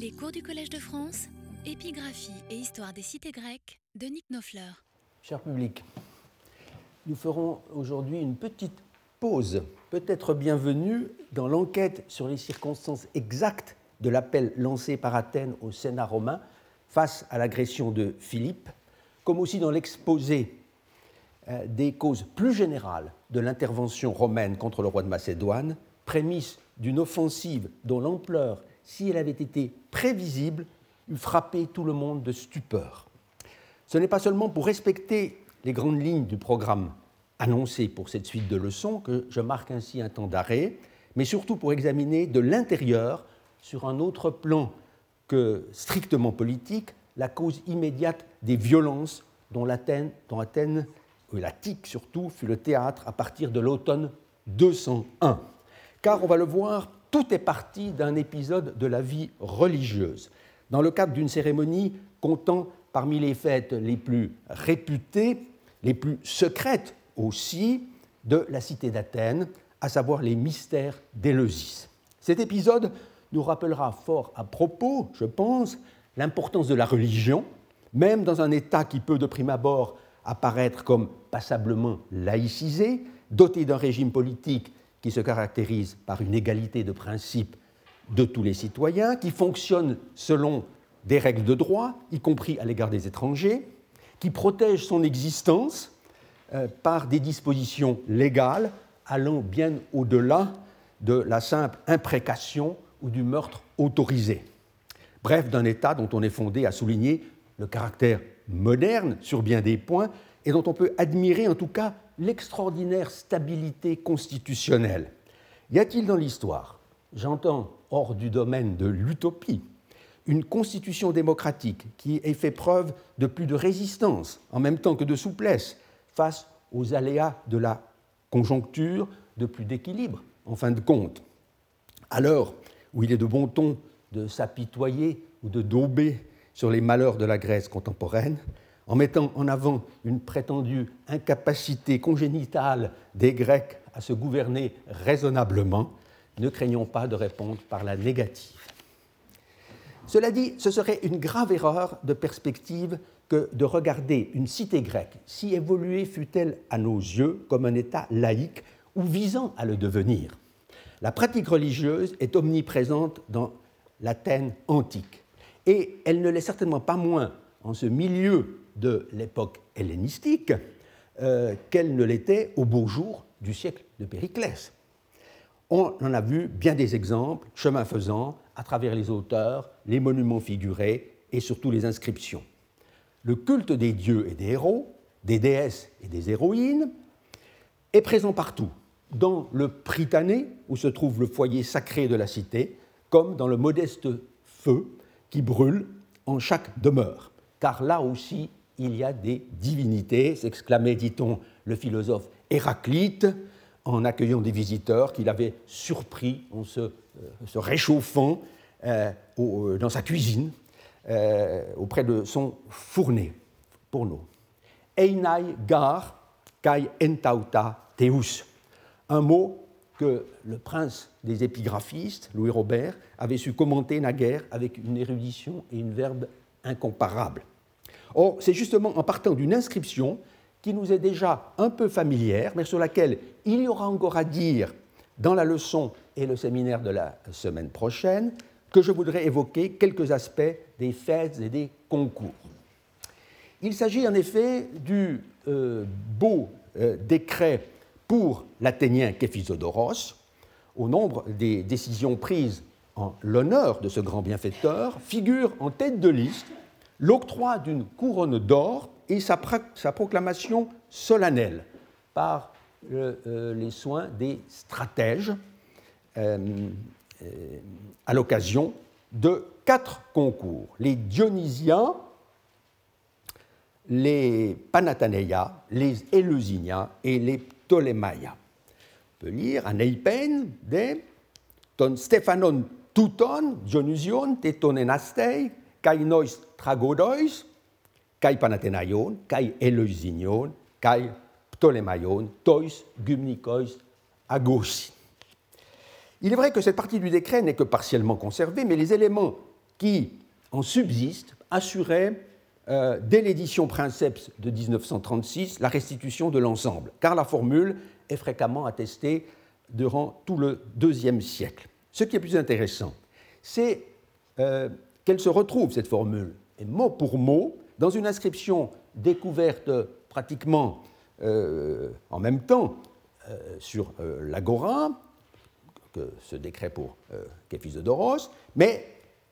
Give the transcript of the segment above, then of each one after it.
Les cours du Collège de France, épigraphie et histoire des cités grecques de Nick Knopfler. Cher public, nous ferons aujourd'hui une petite pause, peut-être bienvenue, dans l'enquête sur les circonstances exactes de l'appel lancé par Athènes au Sénat romain face à l'agression de Philippe, comme aussi dans l'exposé des causes plus générales de l'intervention romaine contre le roi de Macédoine, prémisse d'une offensive dont l'ampleur, si elle avait été prévisible, eût frappé tout le monde de stupeur. Ce n'est pas seulement pour respecter les grandes lignes du programme annoncé pour cette suite de leçons que je marque ainsi un temps d'arrêt, mais surtout pour examiner de l'intérieur, sur un autre plan que strictement politique, la cause immédiate des violences dont Athènes, et l'Attique surtout, fut le théâtre à partir de l'automne 201. Car, on va le voir, tout est parti d'un épisode de la vie religieuse, dans le cadre d'une cérémonie comptant parmi les fêtes les plus réputées, les plus secrètes aussi, de la cité d'Athènes, à savoir les mystères d'Éleusis. Cet épisode nous rappellera fort à propos, je pense, l'importance de la religion, même dans un État qui peut de prime abord apparaître comme passablement laïcisé, doté d'un régime politique qui se caractérise par une égalité de principe de tous les citoyens, qui fonctionne selon des règles de droit, y compris à l'égard des étrangers, qui protège son existence par des dispositions légales allant bien au-delà de la simple imprécation ou du meurtre autorisé. Bref, d'un État dont on est fondé à souligner le caractère moderne sur bien des points et dont on peut admirer en tout cas l'extraordinaire stabilité constitutionnelle. Y a-t-il dans l'histoire, j'entends hors du domaine de l'utopie, une constitution démocratique qui ait fait preuve de plus de résistance en même temps que de souplesse face aux aléas de la conjoncture, de plus d'équilibre en fin de compte? À l'heure où il est de bon ton de s'apitoyer ou de dauber sur les malheurs de la Grèce contemporaine, en mettant en avant une prétendue incapacité congénitale des Grecs à se gouverner raisonnablement, ne craignons pas de répondre par la négative. Cela dit, ce serait une grave erreur de perspective que de regarder une cité grecque, si évoluée fût-elle à nos yeux, comme un État laïque ou visant à le devenir. La pratique religieuse est omniprésente dans l'Athènes antique, et elle ne l'est certainement pas moins en ce milieu de l'époque hellénistique qu'elle ne l'était au beau jour du siècle de Périclès. On en a vu bien des exemples, chemin faisant, à travers les auteurs, les monuments figurés et surtout les inscriptions. Le culte des dieux et des héros, des déesses et des héroïnes est présent partout, dans le Prytanée, où se trouve le foyer sacré de la cité, comme dans le modeste feu qui brûle en chaque demeure. Car là aussi, il y a des divinités, s'exclamait, dit-on, le philosophe Héraclite, en accueillant des visiteurs qu'il avait surpris en se réchauffant dans sa cuisine, auprès de son fourneau. Einai gar kai entauta teus, un mot que le prince des épigraphistes, Louis Robert, avait su commenter naguère avec une érudition et une verve incomparables. Or, c'est justement en partant d'une inscription qui nous est déjà un peu familière, mais sur laquelle il y aura encore à dire dans la leçon et le séminaire de la semaine prochaine, que je voudrais évoquer quelques aspects des fêtes et des concours. Il s'agit en effet du beau décret pour l'Athénien Képhisodoros. Au nombre des décisions prises en l'honneur de ce grand bienfaiteur figure en tête de liste l'octroi d'une couronne d'or et sa proclamation solennelle par les soins des stratèges à l'occasion de 4 concours: les Dionysiens, les Panathénaïa, les Éleusinia et les Ptolémaïa. On peut lire Aneipen de ton Stéphanon touton Dionysion teton enastei kai nois tragodois kai Panathénaion kai Eleusinion kai Ptolémaion tois gymnikois agosi. Il est vrai que cette partie du décret n'est que partiellement conservée, mais les éléments qui en subsiste assurait, dès l'édition Princeps de 1936, la restitution de l'ensemble, car la formule est fréquemment attestée durant tout le IIe siècle. Ce qui est plus intéressant, c'est qu'elle se retrouve, cette formule, et mot pour mot, dans une inscription découverte pratiquement en même temps sur l'Agora, que ce décret pour Képhisodoros, mais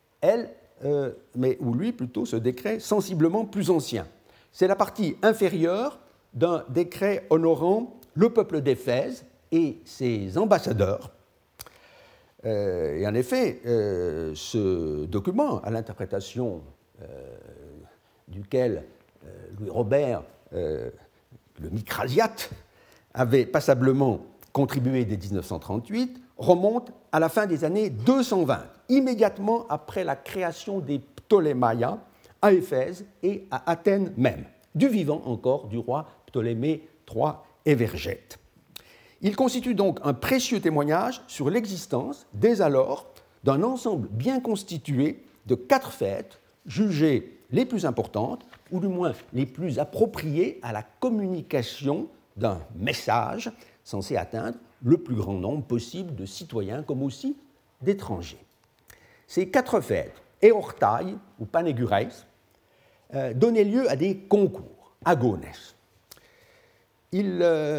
ou lui plutôt ce décret sensiblement plus ancien. C'est la partie inférieure d'un décret honorant le peuple d'Éphèse et ses ambassadeurs. Et en effet, ce document, à l'interprétation duquel Louis Robert, le Micrasiate, avait passablement contribué dès 1938, remonte à la fin des années 220, immédiatement après la création des Ptolémaïens à Éphèse et à Athènes même, du vivant encore du roi Ptolémée III Évergète. Il constitue donc un précieux témoignage sur l'existence, dès alors, d'un ensemble bien constitué de 4 fêtes jugées les plus importantes, ou du moins les plus appropriées à la communication d'un message censé atteindre le plus grand nombre possible de citoyens comme aussi d'étrangers. Ces 4 fêtes, Eortai ou Panégureis, donnaient lieu à des concours, agones. Il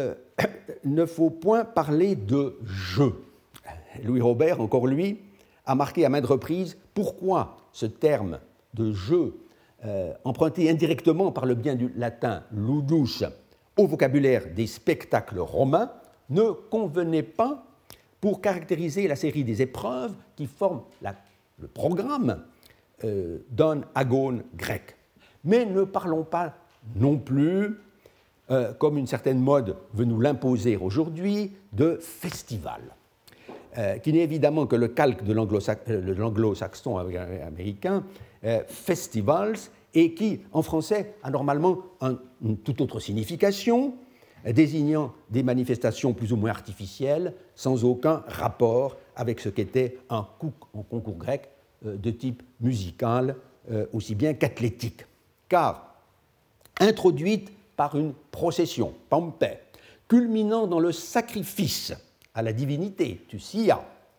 ne faut point parler de jeu. Louis Robert, encore lui, a marqué à maintes reprises pourquoi ce terme de jeu, emprunté indirectement par le biais du latin ludus au vocabulaire des spectacles romains, ne convenait pas pour caractériser la série des épreuves qui forment le programme d'un agone grec. Mais ne parlons pas non plus, comme une certaine mode veut nous l'imposer aujourd'hui, de festival, qui n'est évidemment que le calque de l'anglo-saxon américain, festivals, et qui, en français, a normalement une toute autre signification, désignant des manifestations plus ou moins artificielles, sans aucun rapport avec ce qu'était un concours grec de type musical, aussi bien qu'athlétique. Car, introduite par une procession, pampé, culminant dans le sacrifice à la divinité, Tusia,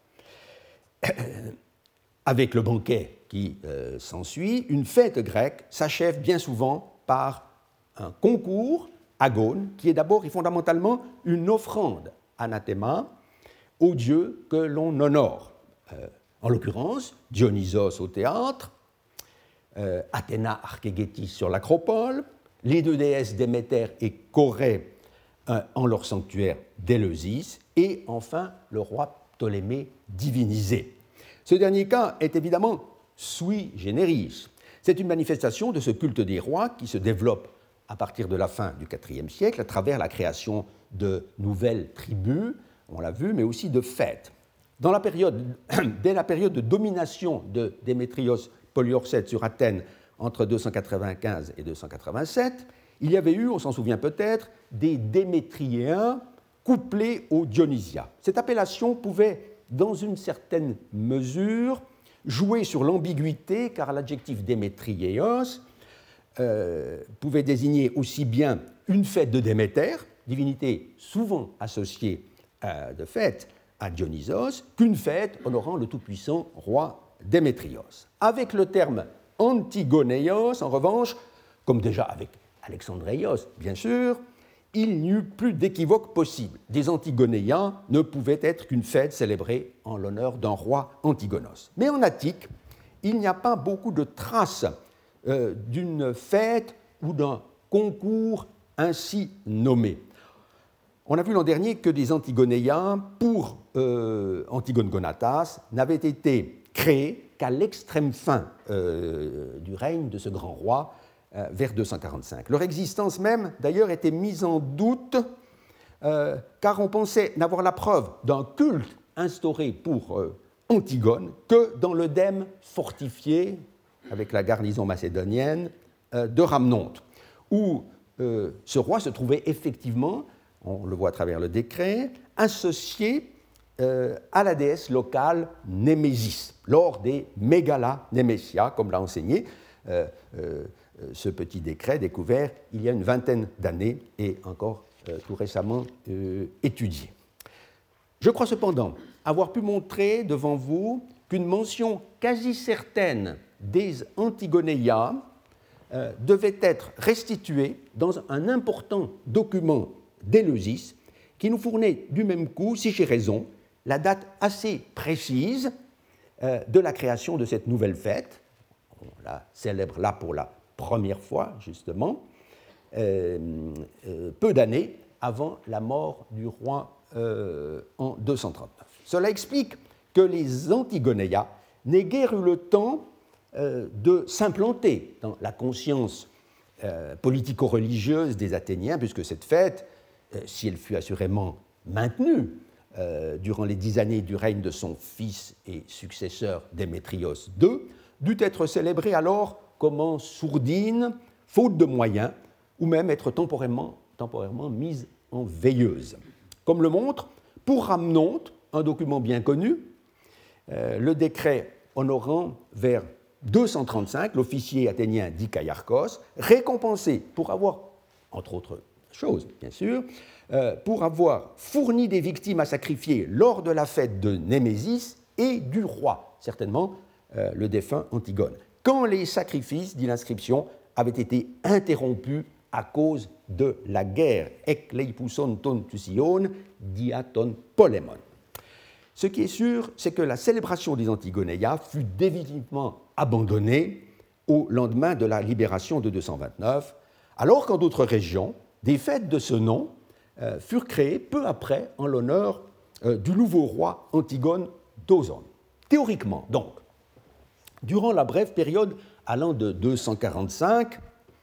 avec le banquet qui s'ensuit, une fête grecque s'achève bien souvent par un concours, agone, qui est d'abord et fondamentalement une offrande anathéma au dieu que l'on honore. En l'occurrence, Dionysos au théâtre, Athéna Archégétis sur l'acropole, les 2 déesses Déméter et Corée en leur sanctuaire d'Éleusis, et enfin le roi Ptolémée divinisé. Ce dernier cas est évidemment sui generis. C'est une manifestation de ce culte des rois qui se développe à partir de la fin du IVe siècle à travers la création de nouvelles tribus, on l'a vu, mais aussi de fêtes. Dès la période de domination de Démétrios Poliorcète sur Athènes entre 295 et 287, il y avait eu, on s'en souvient peut-être, des Démétriéens couplés aux Dionysiens. Cette appellation pouvait, dans une certaine mesure, jouer sur l'ambiguïté, car l'adjectif Démétriéos pouvait désigner aussi bien une fête de Déméter, divinité souvent associée de fait à Dionysos, qu'une fête honorant le tout-puissant roi Démétrios. Avec le terme Antigonéos, en revanche, comme déjà avec Alexandréios, bien sûr, il n'y eut plus d'équivoque possible. Des Antigonéens ne pouvaient être qu'une fête célébrée en l'honneur d'un roi Antigonos. Mais en Attique, il n'y a pas beaucoup de traces d'une fête ou d'un concours ainsi nommé. On a vu l'an dernier que des Antigonéens, pour Antigone Gonatas, n'avaient été créés qu'à l'extrême fin du règne de ce grand roi, vers 245. Leur existence même, d'ailleurs, était mise en doute, car on pensait n'avoir la preuve d'un culte instauré pour Antigone que dans l'œdème fortifié, avec la garnison macédonienne, de Rhamnonte, où ce roi se trouvait effectivement, on le voit à travers le décret, associé à la déesse locale Némésis, lors des Mégala Némésia, comme l'a enseigné ce petit décret découvert il y a une vingtaine d'années et encore tout récemment étudié. Je crois cependant avoir pu montrer devant vous qu'une mention quasi certaine des Antigonéia devait être restituée dans un important document d'Éleusis qui nous fournit du même coup, si j'ai raison, la date assez précise de la création de cette nouvelle fête. On la célèbre là pour la première fois, justement, peu d'années avant la mort du roi en 239. Cela explique que les Antigonéia n'aient guère eu le temps de s'implanter dans la conscience politico-religieuse des Athéniens, puisque cette fête, si elle fut assurément maintenue durant les 10 années du règne de son fils et successeur Démétrios II, dut être célébrée alors comme en sourdine, faute de moyens, ou même être temporairement mise en veilleuse. Comme le montre, pour Rhamnonte, un document bien connu, le décret honorant vers 235 l'officier athénien Dikaiarchos, récompensé pour avoir, entre autres choses bien sûr, pour avoir fourni des victimes à sacrifier lors de la fête de Némésis et du roi, certainement le défunt Antigone, quand les sacrifices, dit l'inscription, avaient été interrompus à cause de la guerre. Ekleipuson ton tusion diaton polémon. Ce qui est sûr, c'est que la célébration des Antigonéia fut définitivement abandonnée au lendemain de la libération de 229, alors qu'en d'autres régions, des fêtes de ce nom furent créées peu après en l'honneur du nouveau roi Antigone d'Ozone. Théoriquement, donc, durant la brève période allant de 245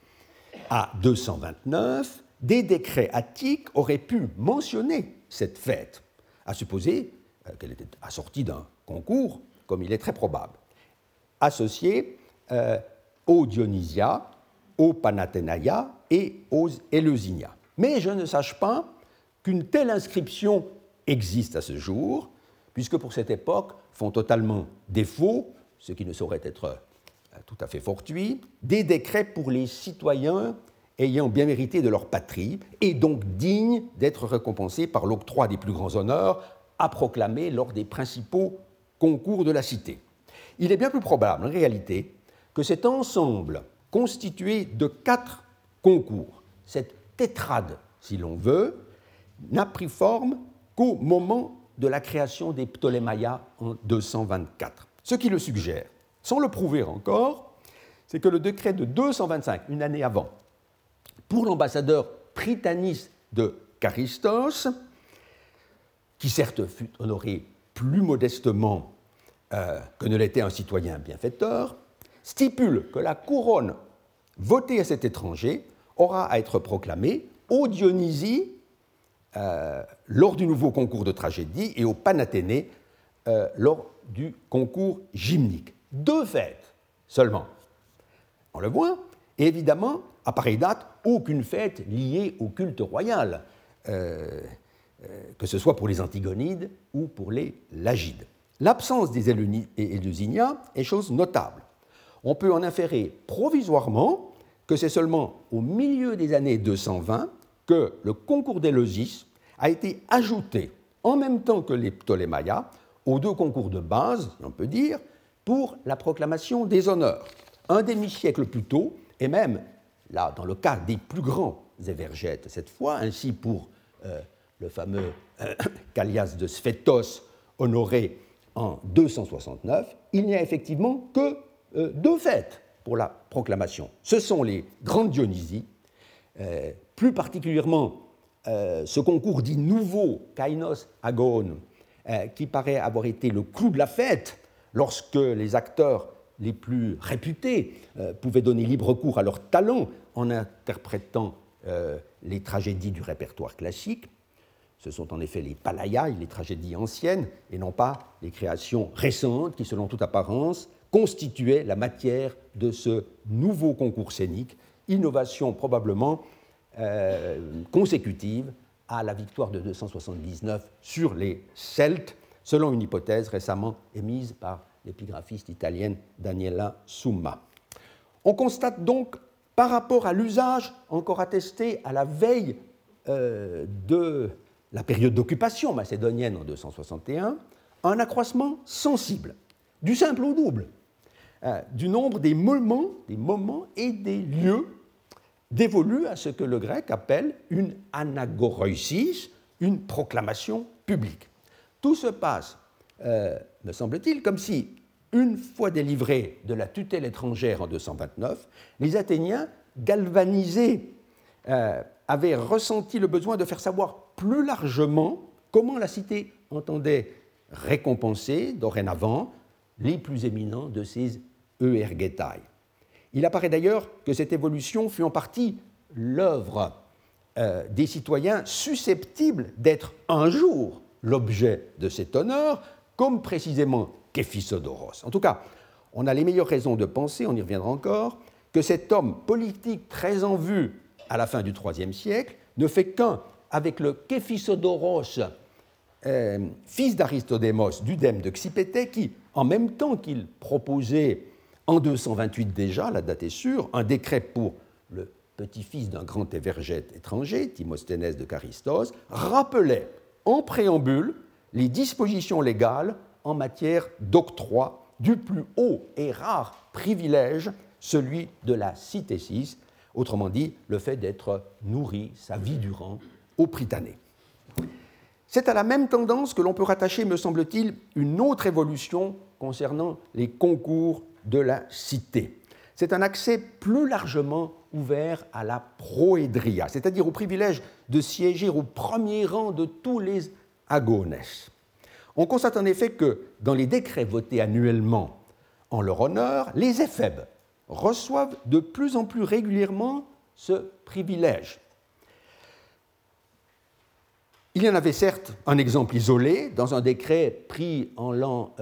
à 229, des décrets attiques auraient pu mentionner cette fête, à supposer qu'elle était assortie d'un concours, comme il est très probable, associé aux Dionysia, aux Panathénaïa et aux Éleusinia. Mais je ne sache pas qu'une telle inscription existe à ce jour, puisque pour cette époque font totalement défaut, ce qui ne saurait être tout à fait fortuit, des décrets pour les citoyens ayant bien mérité de leur patrie et donc dignes d'être récompensés par l'octroi des plus grands honneurs à proclamer lors des principaux concours de la cité. Il est bien plus probable, en réalité, que cet ensemble constitué de 4 concours, cette tétrade, si l'on veut, n'a pris forme qu'au moment de la création des Ptolémaïas en 224. Ce qui le suggère, sans le prouver encore, c'est que le décret de 225, une année avant, pour l'ambassadeur Prytanis de Charistos, qui certes fut honoré plus modestement que ne l'était un citoyen bienfaiteur, stipule que la couronne votée à cet étranger aura à être proclamée aux Dionysie lors du nouveau concours de tragédie et aux Panathénées lors du concours gymnique. 2 fêtes seulement. On le voit, et évidemment, à pareille date, aucune fête liée au culte royal, que ce soit pour les Antigonides ou pour les Lagides. L'absence des Éleusinia est chose notable. On peut en inférer provisoirement que c'est seulement au milieu des années 220 que le concours d'Éleusis a été ajouté en même temps que les Ptolémaïas aux 2 concours de base, on peut dire, pour la proclamation des honneurs. Un demi-siècle plus tôt, et même, là, dans le cas des plus grands évergètes cette fois, ainsi pour le fameux Callias de Sphétos, honoré en 269, il n'y a effectivement que 2 fêtes pour la proclamation. Ce sont les grandes Dionysies, plus particulièrement ce concours dit nouveau, Kainos Agone, qui paraît avoir été le clou de la fête lorsque les acteurs les plus réputés pouvaient donner libre cours à leur talent en interprétant les tragédies du répertoire classique. Ce sont en effet les Palaias, les tragédies anciennes, et non pas les créations récentes qui, selon toute apparence, constituaient la matière de ce nouveau concours scénique, innovation probablement consécutive à la victoire de 279 sur les Celtes selon une hypothèse récemment émise par l'épigraphiste italienne Daniela Summa. On constate donc, par rapport à l'usage encore attesté à la veille de la période d'occupation macédonienne en 261, un accroissement sensible, du simple au double, du nombre des moments et des lieux dévolus à ce que le grec appelle une anagoreusis, une proclamation publique. Tout se passe, me semble-t-il, comme si, une fois délivrés de la tutelle étrangère en 229, les Athéniens, galvanisés, avaient ressenti le besoin de faire savoir plus largement comment la cité entendait récompenser, dorénavant, les plus éminents de ses euergetai. Il apparaît d'ailleurs que cette évolution fut en partie l'œuvre des citoyens susceptibles d'être un jour l'objet de cet honneur, comme précisément Képhisodoros. En tout cas, on a les meilleures raisons de penser, on y reviendra encore, que cet homme politique très en vue à la fin du IIIe siècle ne fait qu'un avec le Képhisodoros, fils d'Aristodémos, d'Udème de Xypétée, qui, en même temps qu'il proposait en 228 déjà, la date est sûre, un décret pour le petit-fils d'un grand évergète étranger, Timosténès de Charistos, rappelait en préambule les dispositions légales en matière d'octroi du plus haut et rare privilège, celui de la citésis, autrement dit, le fait d'être nourri sa vie durant au Prytanée. C'est à la même tendance que l'on peut rattacher, me semble-t-il, une autre évolution concernant les concours de la cité. C'est un accès plus largement ouvert à la proédria, c'est-à-dire au privilège de siéger au premier rang de tous les agones. On constate en effet que dans les décrets votés annuellement en leur honneur, les éphèbes reçoivent de plus en plus régulièrement ce privilège. Il y en avait certes un exemple isolé dans un décret pris en l'an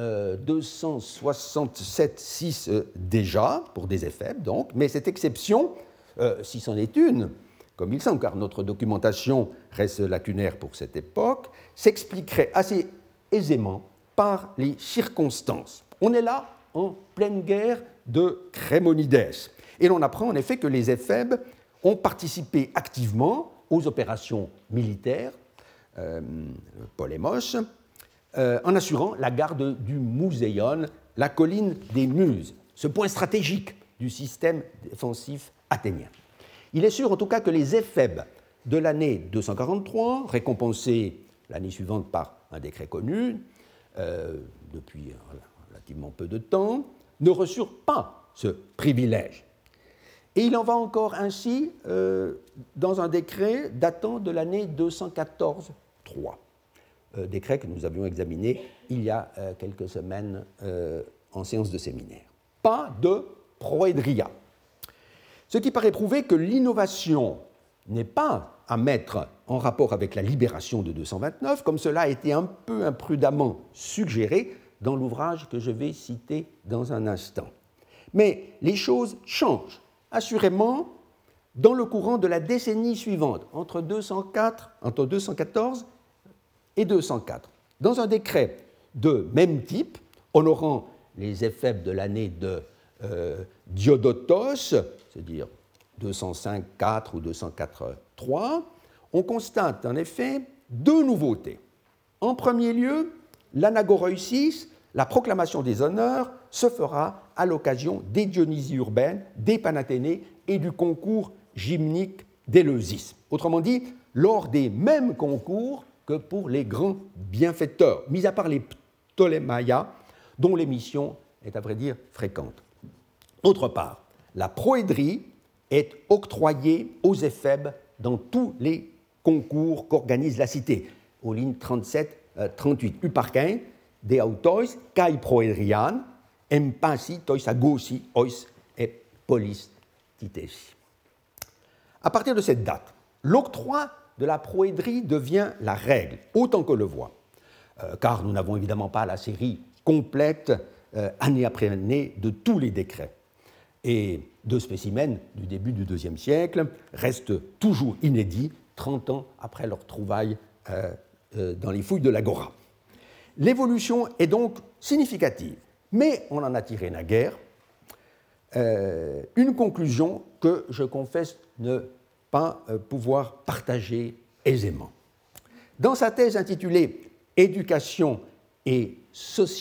267-6 déjà, pour des éphèbes donc, mais cette exception, si c'en est une, comme il semble, car notre documentation reste lacunaire pour cette époque, s'expliquerait assez aisément par les circonstances. On est là en pleine guerre de Crémonides, et l'on apprend en effet que les éphèbes ont participé activement aux opérations militaires, Polémos, en assurant la garde du Mouseion, la colline des Muses, ce point stratégique du système défensif athénien. Il est sûr en tout cas que les éphèbes de l'année 243, récompensés l'année suivante par un décret connu, depuis relativement peu de temps, ne reçurent pas ce privilège. Et il en va encore ainsi dans un décret datant de l'année 214-3, décret que nous avions examiné il y a quelques semaines en séance de séminaire. Pas de proédria. Ce qui paraît prouver que l'innovation n'est pas à mettre en rapport avec la libération de 229, comme cela a été un peu imprudemment suggéré dans l'ouvrage que je vais citer dans un instant. Mais les choses changent, assurément, dans le courant de la décennie suivante, entre 214 et 204. Dans un décret de même type, honorant les éphèbes de l'année de Diodotos, c'est-à-dire 205-4 ou 204-3, on constate en effet deux nouveautés. En premier lieu, l'anagoreusis, la proclamation des honneurs, se fera à l'occasion des Dionysies urbaines, des Panathénées et du concours gymnique d'Éleusis. Autrement dit, lors des mêmes concours que pour les grands bienfaiteurs, mis à part les Ptolémaïas, dont l'émission est à vrai dire fréquente. D'autre part, la proédrie est octroyée aux éphèbes dans tous les concours qu'organise la cité, aux lignes 37-38. Uparkein, de autois, kai proedrian, empasi, tois agosi, ois et polis titesi. À partir de cette date, l'octroi de la proédrie devient la règle, autant que le voit, car nous n'avons évidemment pas la série complète, année après année, de tous les décrets. Et deux spécimens du début du IIe siècle restent toujours inédits, 30 ans après leur trouvaille dans les fouilles de l'Agora. L'évolution est donc significative, mais on en a tiré naguère une conclusion que je confesse ne pas pouvoir partager aisément. Dans sa thèse intitulée « Éducation et société »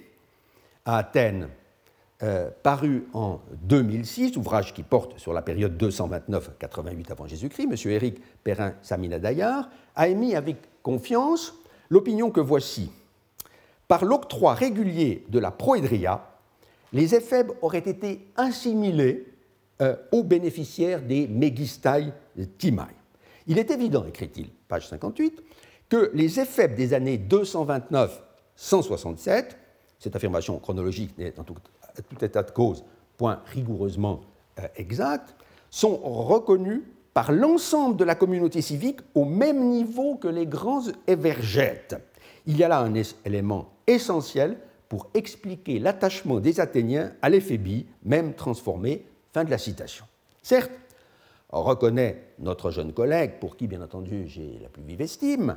à Athènes, paru en 2006, ouvrage qui porte sur la période 229-88 avant Jésus-Christ, M. Éric Perrin-Saminadayar a émis avec confiance l'opinion que voici. Par l'octroi régulier de la proédria, les éphèbes auraient été assimilés aux bénéficiaires des Mégistai Timai. Il est évident, écrit-il, page 58, que les éphèbes des années 229-167, cette affirmation chronologique n'est en tout état de cause point rigoureusement exact, sont reconnus par l'ensemble de la communauté civique au même niveau que les grands évergètes. Il y a là un élément essentiel pour expliquer l'attachement des Athéniens à l'éphébie, même transformée. Fin de la citation. Certes, on reconnaît notre jeune collègue, pour qui, bien entendu, j'ai la plus vive estime,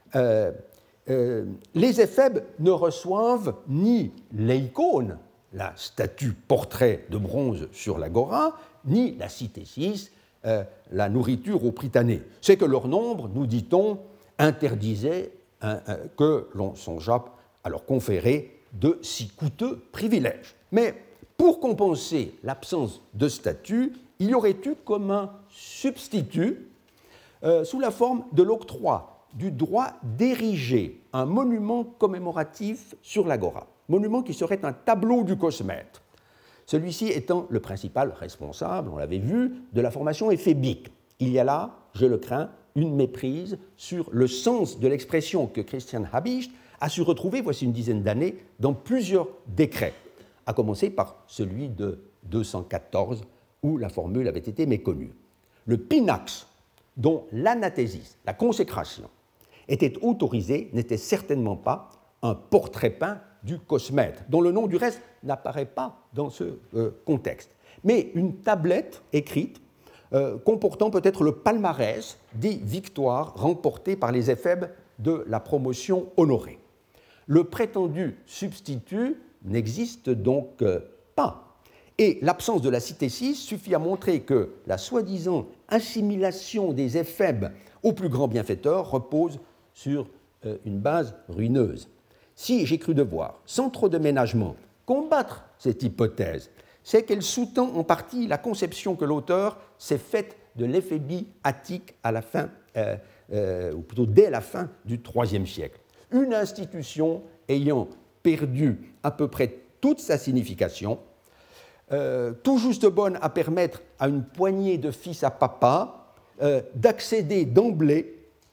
les éphèbes ne reçoivent ni l'eikone, la statue portrait de bronze sur l'agora, ni la citésis, la nourriture au prytanée. C'est que leur nombre, nous dit-on, interdisait que l'on songeât à leur conférer de si coûteux privilèges. Mais pour compenser l'absence de statut, il y aurait eu comme un substitut sous la forme de l'octroi du droit d'ériger un monument commémoratif sur l'agora, monument qui serait un tableau du cosmètre, celui-ci étant le principal responsable, on l'avait vu, de la formation éphébique. Il y a là, je le crains, une méprise sur le sens de l'expression que Christian Habicht a su retrouver, voici une dizaine d'années, dans plusieurs décrets, à commencer par celui de 214, où la formule avait été méconnue. Le pinax, dont l'anathésis, la consécration, était autorisé, n'était certainement pas un portrait peint du cosmètre, dont le nom du reste n'apparaît pas dans ce contexte, mais une tablette écrite comportant peut-être le palmarès des victoires remportées par les éphèbes de la promotion honorée. Le prétendu substitut n'existe donc pas. Et l'absence de la citésis suffit à montrer que la soi-disant assimilation des éphèbes au plus grand bienfaiteur repose sur une base ruineuse. Si j'ai cru devoir, sans trop de ménagement, combattre cette hypothèse, c'est qu'elle sous-tend en partie la conception que l'auteur s'est faite de l'éphébie attique à la fin, ou plutôt dès la fin du IIIe siècle. Une institution ayant perdu à peu près toute sa signification, tout juste bonne à permettre à une poignée de fils à papa d'accéder d'emblée,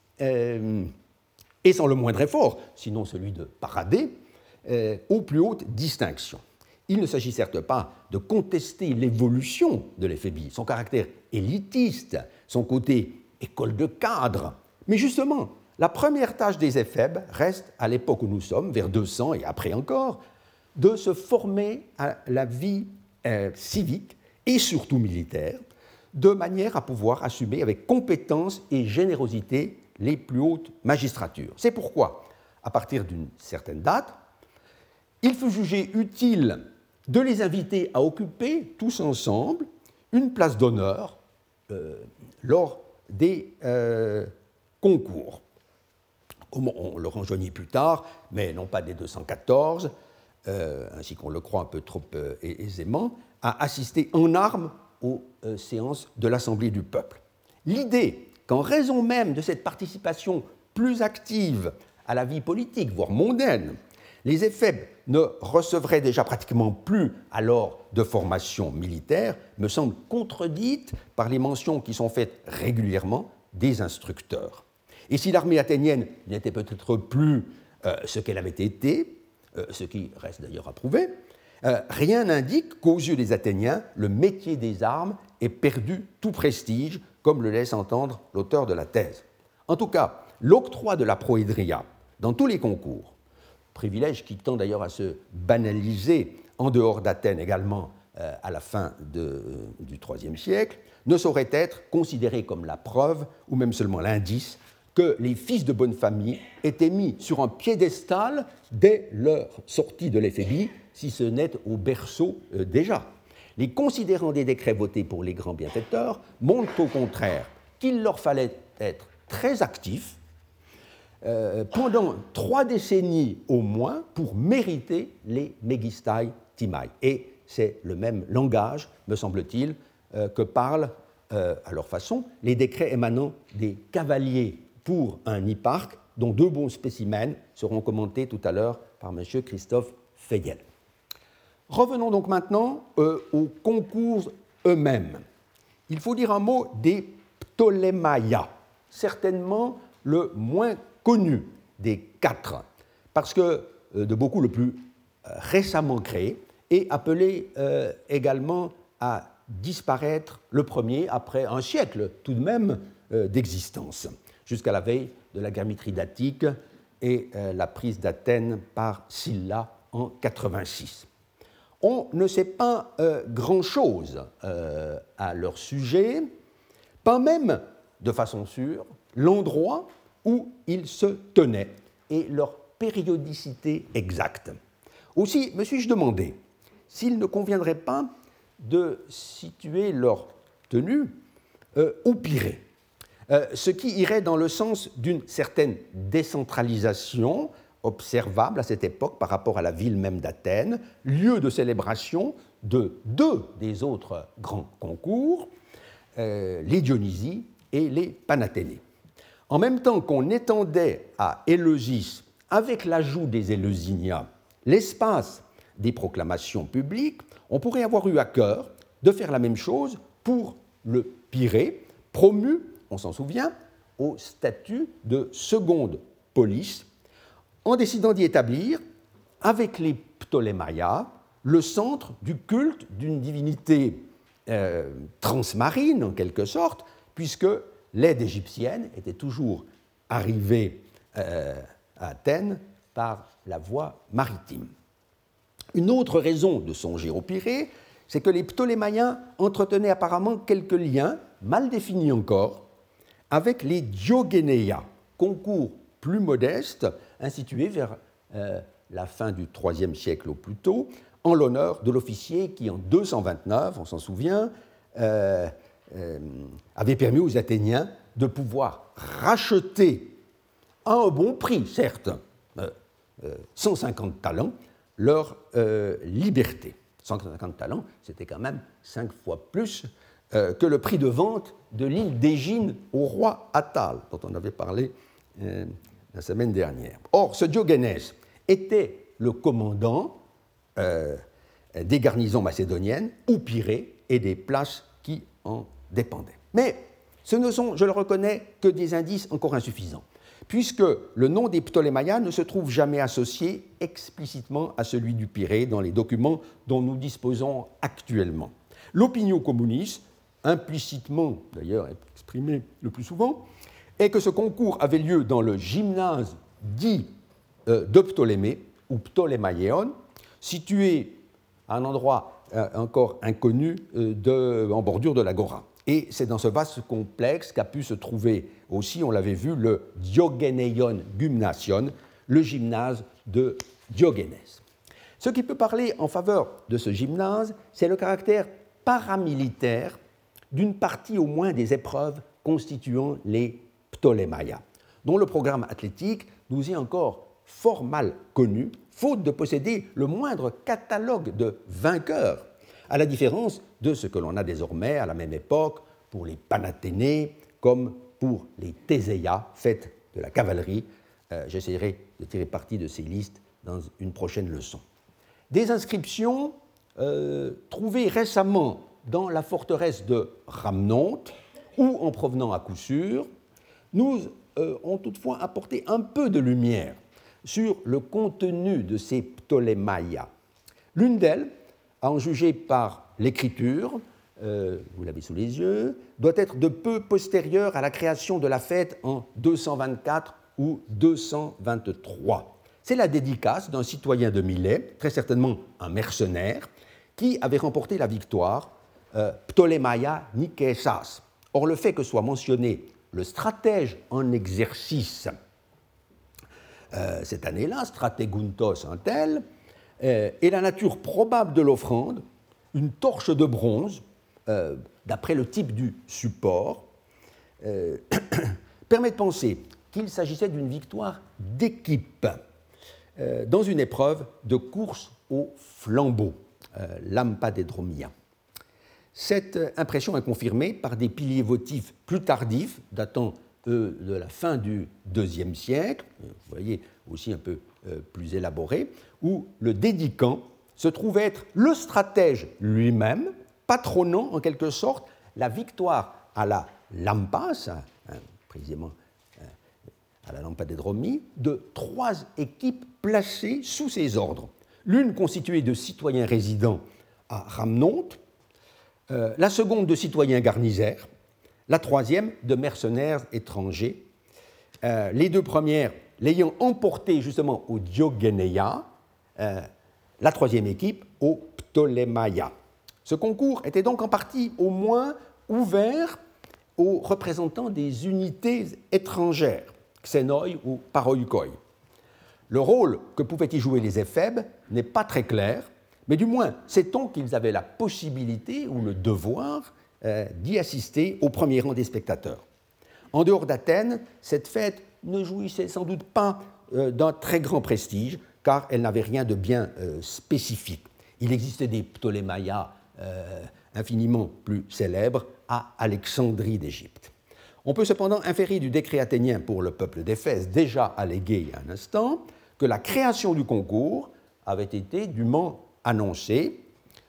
et sans le moindre effort, sinon celui de parader, aux plus hautes distinctions. Il ne s'agit certes pas de contester l'évolution de l'éphébie, son caractère élitiste, son côté école de cadre, mais justement, la première tâche des éphèbes reste, à l'époque où nous sommes, vers 200 et après encore, de se former à la vie civique et surtout militaire, de manière à pouvoir assumer avec compétence et générosité les plus hautes magistratures. C'est pourquoi, à partir d'une certaine date, il fut jugé utile de les inviter à occuper tous ensemble une place d'honneur lors des concours. On le rejoignit plus tard, mais non pas dès 214, ainsi qu'on le croit un peu trop aisément, à assister en armes aux séances de l'Assemblée du peuple. L'idée qu'en raison même de cette participation plus active à la vie politique, voire mondaine, les éphèbes ne recevraient déjà pratiquement plus alors de formation militaire, me semble contredite par les mentions qui sont faites régulièrement des instructeurs. Et si l'armée athénienne n'était peut-être plus ce qu'elle avait été, ce qui reste d'ailleurs à prouver, rien n'indique qu'aux yeux des Athéniens, le métier des armes ait perdu tout prestige, comme le laisse entendre l'auteur de la thèse. En tout cas, l'octroi de la proédria dans tous les concours, privilège qui tend d'ailleurs à se banaliser en dehors d'Athènes également à la fin du IIIe siècle, ne saurait être considéré comme la preuve ou même seulement l'indice que les fils de bonne famille étaient mis sur un piédestal dès leur sortie de l'éphébie, si ce n'est au berceau déjà. Les considérants des décrets votés pour les grands bienfaiteurs montrent au contraire qu'il leur fallait être très actifs pendant 3 décennies au moins pour mériter les megistai timai. Et c'est le même langage, me semble-t-il, que parlent, à leur façon, les décrets émanant des cavaliers pour un hipparque, dont 2 bons spécimens seront commentés tout à l'heure par M. Christophe Feyel. Revenons donc maintenant aux concours eux-mêmes. Il faut dire un mot des Ptolémaïa, certainement le moins connu des 4, parce que de beaucoup le plus récemment créé et appelé également à disparaître le premier après un siècle tout de même d'existence, jusqu'à la veille de la guerre mithridatique et la prise d'Athènes par Sylla en 86. On ne sait pas grand-chose à leur sujet, pas même, de façon sûre, l'endroit où ils se tenaient et leur périodicité exacte. Aussi me suis-je demandé s'il ne conviendrait pas de situer leur tenue au Pirée, ce qui irait dans le sens d'une certaine décentralisation observable à cette époque par rapport à la ville même d'Athènes, lieu de célébration de 2 des autres grands concours, les Dionysies et les Panathénées. En même temps qu'on étendait à Éleusis, avec l'ajout des Éleusinia, l'espace des proclamations publiques, on pourrait avoir eu à cœur de faire la même chose pour le Pirée, promu, on s'en souvient, au statut de seconde police, en décidant d'y établir, avec les Ptolémaïa, le centre du culte d'une divinité transmarine, en quelque sorte, puisque l'aide égyptienne était toujours arrivée à Athènes par la voie maritime. Une autre raison de songer au Pirée, c'est que les Ptolémaïens entretenaient apparemment quelques liens, mal définis encore, avec les Diogénéia, concours plus modestes, institués vers la fin du IIIe siècle au plus tôt, en l'honneur de l'officier qui, en 229, on s'en souvient, avait permis aux Athéniens de pouvoir racheter à un bon prix, certes, 150 talents, leur liberté. 150 talents, c'était quand même 5 fois plus que le prix de vente de l'île d'Égine au roi Attale, dont on avait parlé la semaine dernière. Or, ce Diogénès était le commandant des garnisons macédoniennes ou Pirée et des places qui en dépendaient. Mais ce ne sont, je le reconnais, que des indices encore insuffisants, puisque le nom des Ptolémaïens ne se trouve jamais associé explicitement à celui du Pirée dans les documents dont nous disposons actuellement. L'opinion communiste, implicitement d'ailleurs exprimée le plus souvent, est que ce concours avait lieu dans le gymnase dit de Ptolémée, ou Ptolémaïon, situé à un endroit encore inconnu en bordure de l'Agora. Et c'est dans ce vaste complexe qu'a pu se trouver aussi, on l'avait vu, le Diogénéion Gymnasion, le gymnase de Diogénès. Ce qui peut parler en faveur de ce gymnase, c'est le caractère paramilitaire d'une partie au moins des épreuves constituant les Ptolémaïa, dont le programme athlétique nous est encore fort mal connu, faute de posséder le moindre catalogue de vainqueurs, à la différence de ce que l'on a désormais à la même époque pour les Panathénées comme pour les Théséia, faites de la cavalerie. J'essaierai de tirer parti de ces listes dans une prochaine leçon. Des inscriptions trouvées récemment dans la forteresse de Rhamnonte ou en provenant à coup sûr, nous ont toutefois apporté un peu de lumière sur le contenu de ces Ptolémaïa. L'une d'elles, à en juger par l'écriture, vous l'avez sous les yeux, doit être de peu postérieure à la création de la fête en 224 ou 223. C'est la dédicace d'un citoyen de Milet, très certainement un mercenaire, qui avait remporté la victoire Ptolémaïa Nikésas. Or, le fait que soit mentionné le stratège en exercice cette année-là, strateguntos un tel, et la nature probable de l'offrande, une torche de bronze, d'après le type du support, permet de penser qu'il s'agissait d'une victoire d'équipe dans une épreuve de course au flambeau, l'ampadedromia. Cette impression est confirmée par des piliers votifs plus tardifs, datant de la fin du IIe siècle, vous voyez aussi un peu plus élaborés, où le dédicant se trouve être le stratège lui-même, patronnant en quelque sorte la victoire à la lampas, précisément à la lampadedromie, de 3 équipes placées sous ses ordres. L'une constituée de citoyens résidents à Rhamnonte, la seconde de citoyens garnisaires, la troisième de mercenaires étrangers, les 2 premières l'ayant emporté justement au Diogénéia, la troisième équipe au Ptolémaïa. Ce concours était donc en partie au moins ouvert aux représentants des unités étrangères, xénoi ou paroikoi. Le rôle que pouvaient y jouer les éphèbes n'est pas très clair, mais du moins sait-on qu'ils avaient la possibilité ou le devoir d'y assister au premier rang des spectateurs. En dehors d'Athènes, cette fête ne jouissait sans doute pas d'un très grand prestige, car elle n'avait rien de bien spécifique. Il existait des Ptolémaïas infiniment plus célèbres à Alexandrie d'Égypte. On peut cependant inférer du décret athénien pour le peuple d'Éphèse, déjà allégué il y a un instant, que la création du concours avait été dûment annoncée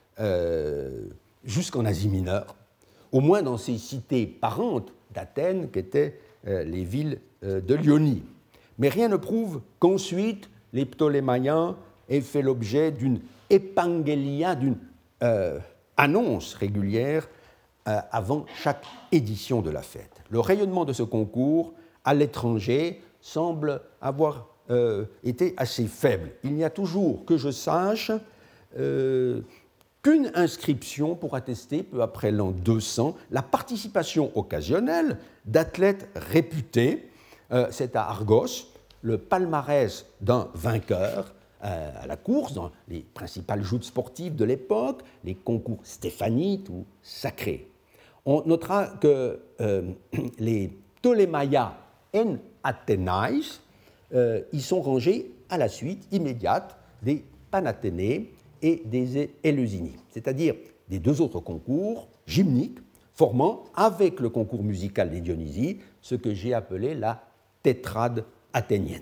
jusqu'en Asie mineure, au moins dans ces cités parentes d'Athènes qu'étaient les villes de l'Ionie. Mais rien ne prouve qu'ensuite les Ptolémaïens aient fait l'objet d'une épangélia, d'une annonce régulière avant chaque édition de la fête. Le rayonnement de ce concours à l'étranger semble avoir été assez faible. Il n'y a toujours, que je sache, qu'une inscription pour attester, peu après l'an 200, la participation occasionnelle d'athlètes réputés. C'est à Argos, le palmarès d'un vainqueur à la course, dans les principales joutes sportives de l'époque, les concours stéphanites ou sacrés. On notera que les Ptolémaïas en Athénaïs y sont rangés à la suite immédiate des Panathénées et des Éleusinie, c'est-à-dire des 2 autres concours gymniques formant, avec le concours musical des Dionysies, ce que j'ai appelé la tétrade athénienne.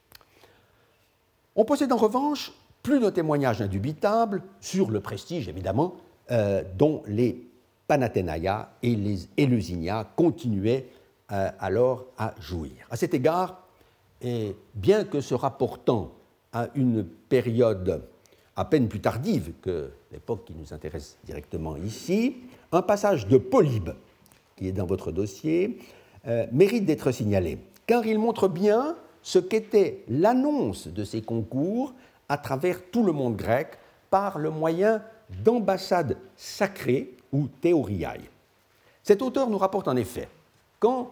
On possède en revanche plus de témoignages indubitables sur le prestige, évidemment, dont les Panathénaïas et les Éleusinia continuaient alors à jouir. À cet égard, et bien que se rapportant à une période à peine plus tardive que l'époque qui nous intéresse directement ici, un passage de Polybe, qui est dans votre dossier, mérite d'être signalé, car il montre bien ce qu'était l'annonce de ces concours à travers tout le monde grec par le moyen d'ambassades sacrées ou théoriae. Cet auteur nous rapporte en effet qu'en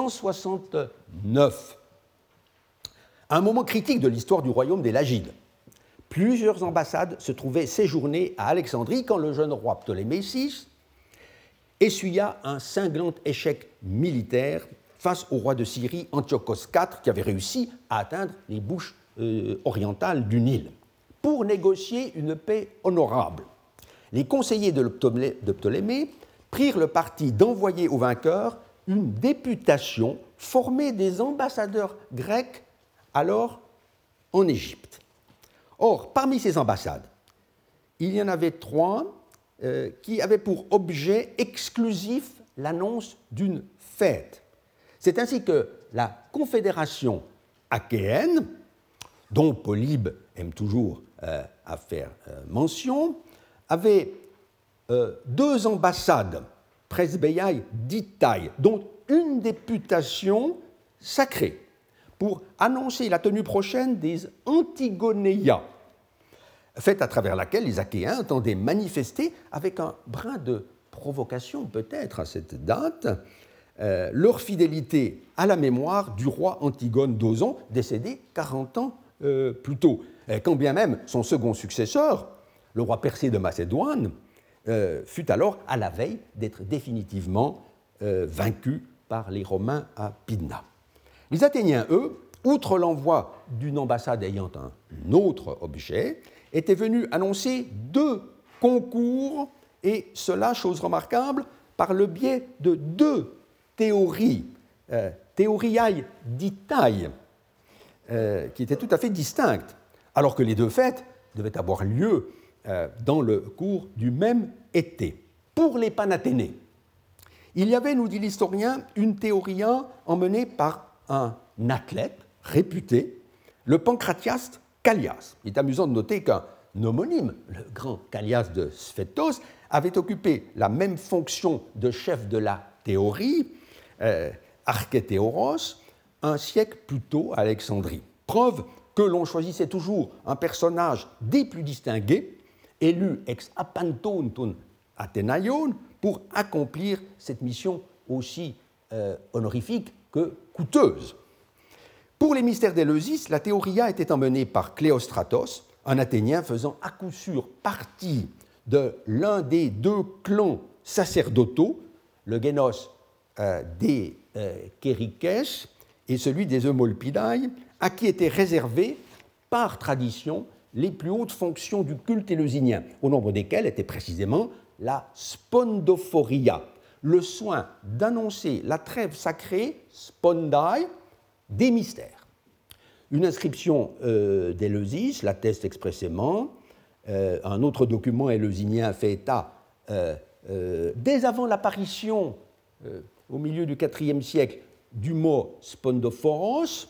169, à un moment critique de l'histoire du royaume des Lagides, plusieurs ambassades se trouvaient séjournées à Alexandrie quand le jeune roi Ptolémée VI essuya un cinglant échec militaire face au roi de Syrie Antiochos IV qui avait réussi à atteindre les bouches orientales du Nil. Pour négocier une paix honorable, les conseillers de Ptolémée prirent le parti d'envoyer au vainqueur une députation formée des ambassadeurs grecs alors en Égypte. Or, parmi ces ambassades, il y en avait 3 qui avaient pour objet exclusif l'annonce d'une fête. C'est ainsi que la Confédération achéenne, dont Polybe aime toujours à faire mention, avait 2 ambassades, presbeiae ditae, dont une députation sacrée, pour annoncer la tenue prochaine des Antigonéias, fête à travers laquelle les Achéens entendaient manifester, avec un brin de provocation peut-être à cette date, leur fidélité à la mémoire du roi Antigone d'Ozon, décédé 40 ans plus tôt. Quand bien même son second successeur, le roi Persée de Macédoine, fut alors à la veille d'être définitivement vaincu par les Romains à Pydna. Les Athéniens, eux, outre l'envoi d'une ambassade ayant un autre objet, étaient venus annoncer 2 concours, et cela, chose remarquable, par le biais de 2 théories, théoriae ditae, qui étaient tout à fait distinctes, alors que les 2 fêtes devaient avoir lieu dans le cours du même été. Pour les Panathénées, il y avait, nous dit l'historien, une théoria emmenée par un athlète réputé, le pancratiaste Callias. Il est amusant de noter qu'un homonyme, le grand Callias de Sphétos, avait occupé la même fonction de chef de la théorie, Archéthéoros, un siècle plus tôt à Alexandrie. Preuve que l'on choisissait toujours un personnage des plus distingués, élu ex apanton ton Athénaion, pour accomplir cette mission aussi honorifique que coûteuse. Pour les mystères d'Éleusis, la théoria était emmenée par Cléostratos, un Athénien faisant à coup sûr partie de l'un des 2 clans sacerdotaux, le génos des Kérikès et celui des Eumolpidae, à qui étaient réservées, par tradition, les plus hautes fonctions du culte éleusinien, au nombre desquelles était précisément la spondophoria, le soin d'annoncer la trêve sacrée, spondai, des mystères. Une inscription d'Éleusis l'atteste expressément. Un autre document éleusinien fait état, dès avant l'apparition, au milieu du IVe siècle, du mot spondophoros,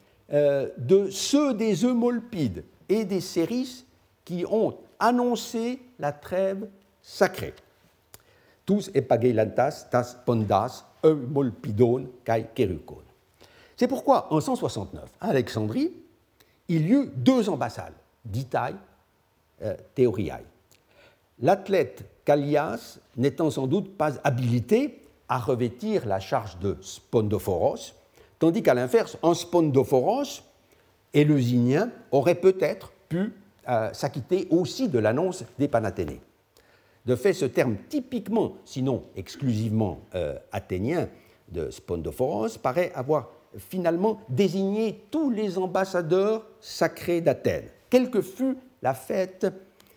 de ceux des Eumolpides et des Céris qui ont annoncé la trêve sacrée. Tous epageilantas tas pondas Eumolpidon kai Kérukon. C'est pourquoi, en 169, à Alexandrie, il y eut 2 ambassades, ditae, théoriae. L'athlète Callias n'étant sans doute pas habilité à revêtir la charge de spondophoros, tandis qu'à l'inverse, un spondophoros éleusinien aurait peut-être pu s'acquitter aussi de l'annonce des Panathénées. De fait, ce terme typiquement, sinon exclusivement athénien de spondophoros, paraît avoir finalement désigné tous les ambassadeurs sacrés d'Athènes, quelle que fût la fête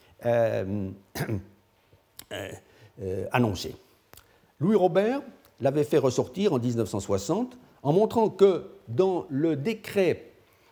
annoncée. Louis Robert l'avait fait ressortir en 1960 en montrant que dans le décret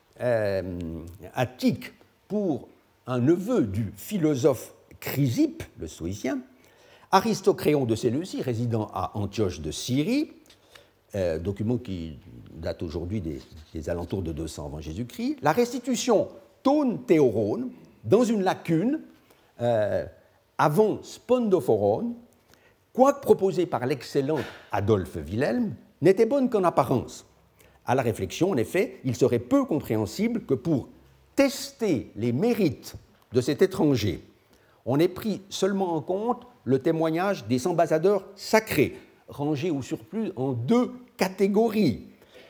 attique pour un neveu du philosophe Chrysippe, le stoïcien, Aristocréon de Séleucie, résidant à Antioche de Syrie, document qui date aujourd'hui des alentours de 200 avant Jésus-Christ, la restitution ton théorone dans une lacune avant spondophoron, quoique proposée par l'excellent Adolphe Wilhelm, n'était bonne qu'en apparence. À la réflexion, en effet, il serait peu compréhensible que pour tester les mérites de cet étranger, on ait pris seulement en compte le témoignage des ambassadeurs sacrés, rangés au surplus en 2 catégories,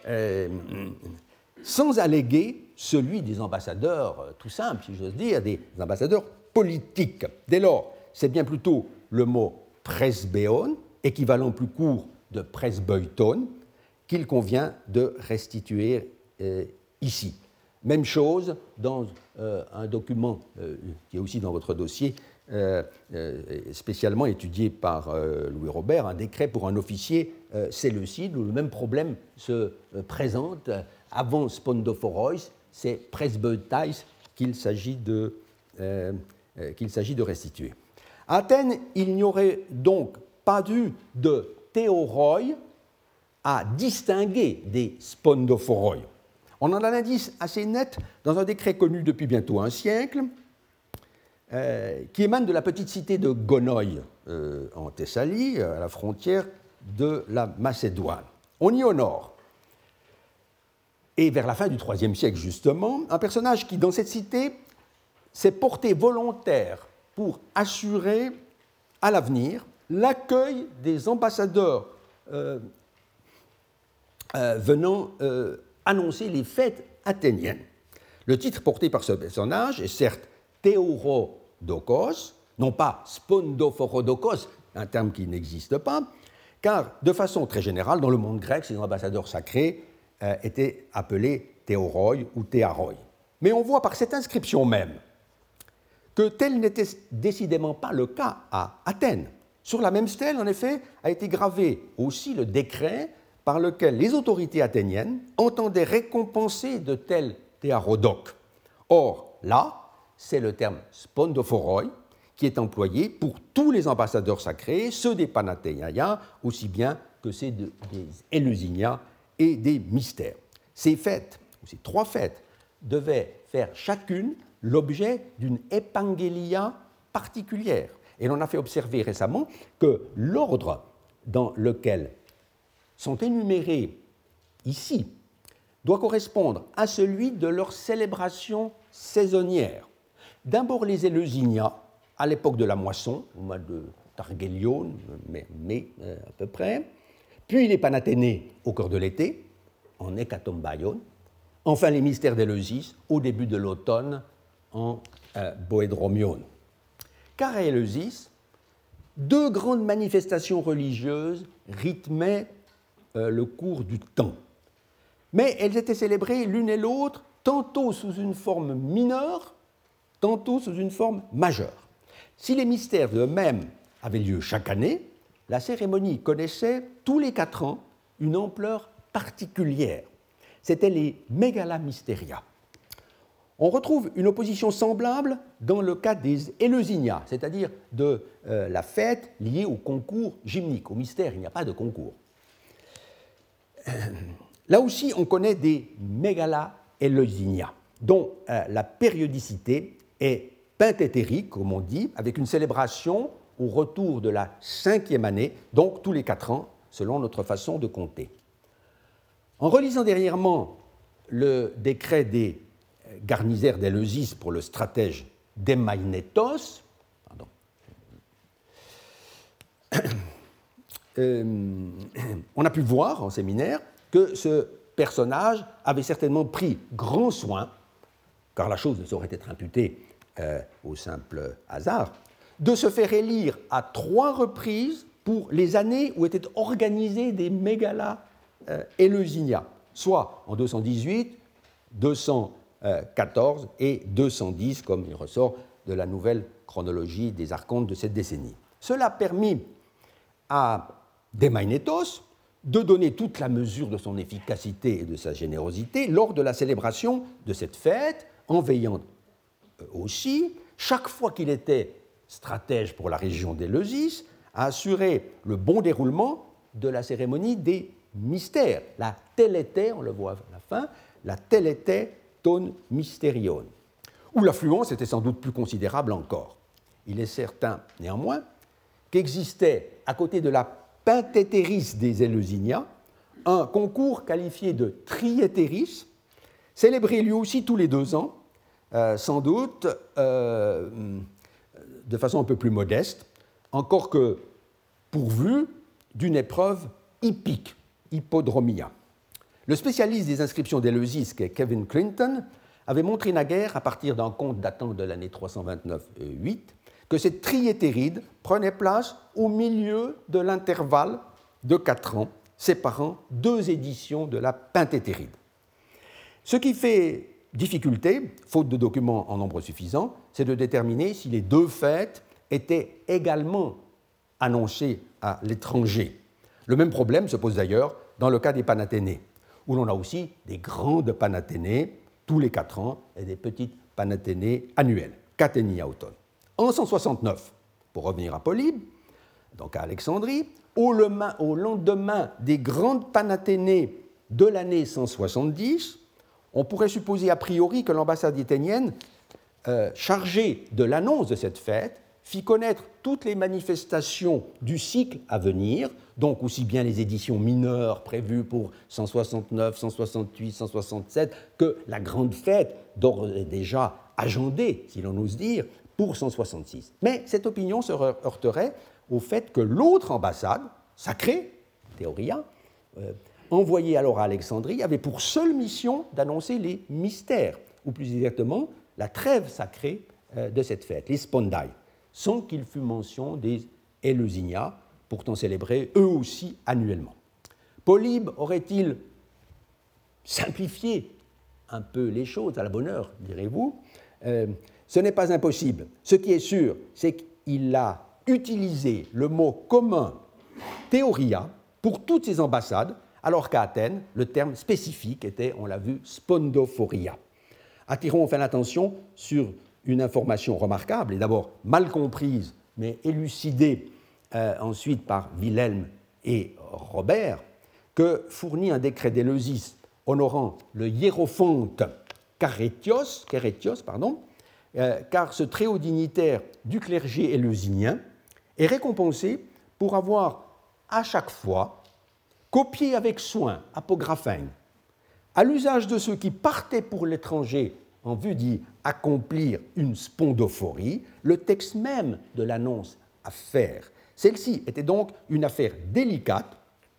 sans alléguer celui des ambassadeurs, tout simple, si j'ose dire, des ambassadeurs politiques. Dès lors, c'est bien plutôt le mot presbéon, équivalent plus court de presbeuton, qu'il convient de restituer ici. Même chose dans un document qui est aussi dans votre dossier, spécialement étudié par Louis Robert, un décret pour un officier séleucide, où le même problème se présente. Avant spondophorois, c'est presbeutais qu'il s'agit de restituer. À Athènes, il n'y aurait donc pas eu de théoroi à distinguer des spondophoroi. On en a l'indice assez net dans un décret connu depuis bientôt un siècle, qui émane de la petite cité de Gonoï en Thessalie, à la frontière de la Macédoine. On y honore, et vers la fin du IIIe siècle justement, un personnage qui, dans cette cité, s'est porté volontaire pour assurer à l'avenir l'accueil des ambassadeurs venant annoncer les fêtes athéniennes. Le titre porté par ce personnage est certes Theorodokos, non pas Spondophorodokos, un terme qui n'existe pas, car de façon très générale, dans le monde grec, ces ambassadeurs sacrés étaient appelés Théoroi ou Théaroi. Mais on voit par cette inscription même que tel n'était décidément pas le cas à Athènes. Sur la même stèle, en effet, a été gravé aussi le décret par lequel les autorités athéniennes entendaient récompenser de tels théarodoques. Or, là, c'est le terme spondophoroi qui est employé pour tous les ambassadeurs sacrés, ceux des Panathénaïens, aussi bien que ceux des Éleusynia et des mystères. Ces fêtes, ces trois fêtes, devaient faire chacune l'objet d'une épangélia particulière. Et l'on a fait observer récemment que l'ordre dans lequel sont énumérés ici doit correspondre à celui de leur célébration saisonnière. D'abord les Éleusynia, à l'époque de la moisson, au mois de Targélion, mai à peu près, puis les Panathénées au cœur de l'été, en Hécatombaion, enfin les mystères d'Éleusis au début de l'automne, en Boédromion. Car à Éleusis, deux grandes manifestations religieuses rythmaient le cours du temps. Mais elles étaient célébrées l'une et l'autre tantôt sous une forme mineure, tantôt sous une forme majeure. Si les mystères eux-mêmes avaient lieu chaque année, la cérémonie connaissait tous les 4 ans une ampleur particulière. C'étaient les Megala Mysteria. On retrouve une opposition semblable dans le cas des Éleusynia, c'est-à-dire de la fête liée au concours gymnique. Au mystère, il n'y a pas de concours. Là aussi, on connaît des Megala Éleusynia, dont la périodicité est penthétérique, comme on dit, avec une célébration au retour de la 5e année, donc tous les 4 ans, selon notre façon de compter. En relisant dernièrement le décret des garnisaires d'Éleusis pour le stratège Démaïnétos, on a pu voir en séminaire que ce personnage avait certainement pris grand soin, car la chose ne saurait être imputée au simple hasard, de se faire élire à 3 reprises pour les années où étaient organisés des Megala Éleusynia, soit en 218, 214 et 210, comme il ressort de la nouvelle chronologie des archontes de cette décennie. Cela a permis à Démaïnétos de donner toute la mesure de son efficacité et de sa générosité lors de la célébration de cette fête, en veillant aussi, chaque fois qu'il était stratège pour la région d'Éleusis, à assurer le bon déroulement de la cérémonie des mystères, la télété, on le voit à la fin, la télété ton mysterion, où l'affluence était sans doute plus considérable encore. Il est certain, néanmoins, qu'existait, à côté de la penthétéris des Éleusynia, un concours qualifié de triétéris, célébré lui aussi tous les 2 ans, sans doute de façon un peu plus modeste, encore que pourvu d'une épreuve hippique, hippodromia. Le spécialiste des inscriptions d'Éleusis, Kevin Clinton, avait montré naguère, à partir d'un conte datant de l'année 329-8, que cette triétéride prenait place au milieu de l'intervalle de 4 ans, séparant 2 éditions de la penthétéride. Ce qui fait difficulté, faute de documents en nombre suffisant, c'est de déterminer si les 2 fêtes étaient également annoncées à l'étranger. Le même problème se pose d'ailleurs dans le cas des Panathénées, où l'on a aussi des grandes Panathénées tous les 4 ans et des petites Panathénées annuelles, Kathéniaoton. En 169, pour revenir à Polybe, donc à Alexandrie, au lendemain des grandes Panathénées de l'année 170, on pourrait supposer a priori que l'ambassade athénienne, chargée de l'annonce de cette fête, fit connaître toutes les manifestations du cycle à venir, donc aussi bien les éditions mineures prévues pour 169, 168, 167, que la grande fête d'ores et déjà agendée, si l'on ose dire, pour 166. Mais cette opinion se heurterait au fait que l'autre ambassade, sacrée, Théoria, envoyé alors à Alexandrie, avait pour seule mission d'annoncer les mystères, ou plus exactement la trêve sacrée de cette fête, les spondai, sans qu'il fût mention des Éleusinia, pourtant célébrés eux aussi annuellement. Polybe aurait-il simplifié un peu les choses, à la bonne heure, direz-vous? Ce n'est pas impossible. Ce qui est sûr, c'est qu'il a utilisé le mot commun théoria pour toutes ses ambassades, alors qu'à Athènes, le terme spécifique était, on l'a vu, spondophoria. Attirons enfin l'attention sur une information remarquable, et d'abord mal comprise, mais élucidée ensuite par Wilhelm et Robert, que fournit un décret d'Éleusis honorant le hiérophonte Kérétios, car ce très haut dignitaire du clergé éleusinien est récompensé pour avoir à chaque fois copié avec soin, apographène, à l'usage de ceux qui partaient pour l'étranger en vue d'y accomplir une spondophorie, le texte même de l'annonce à faire. Celle-ci était donc une affaire délicate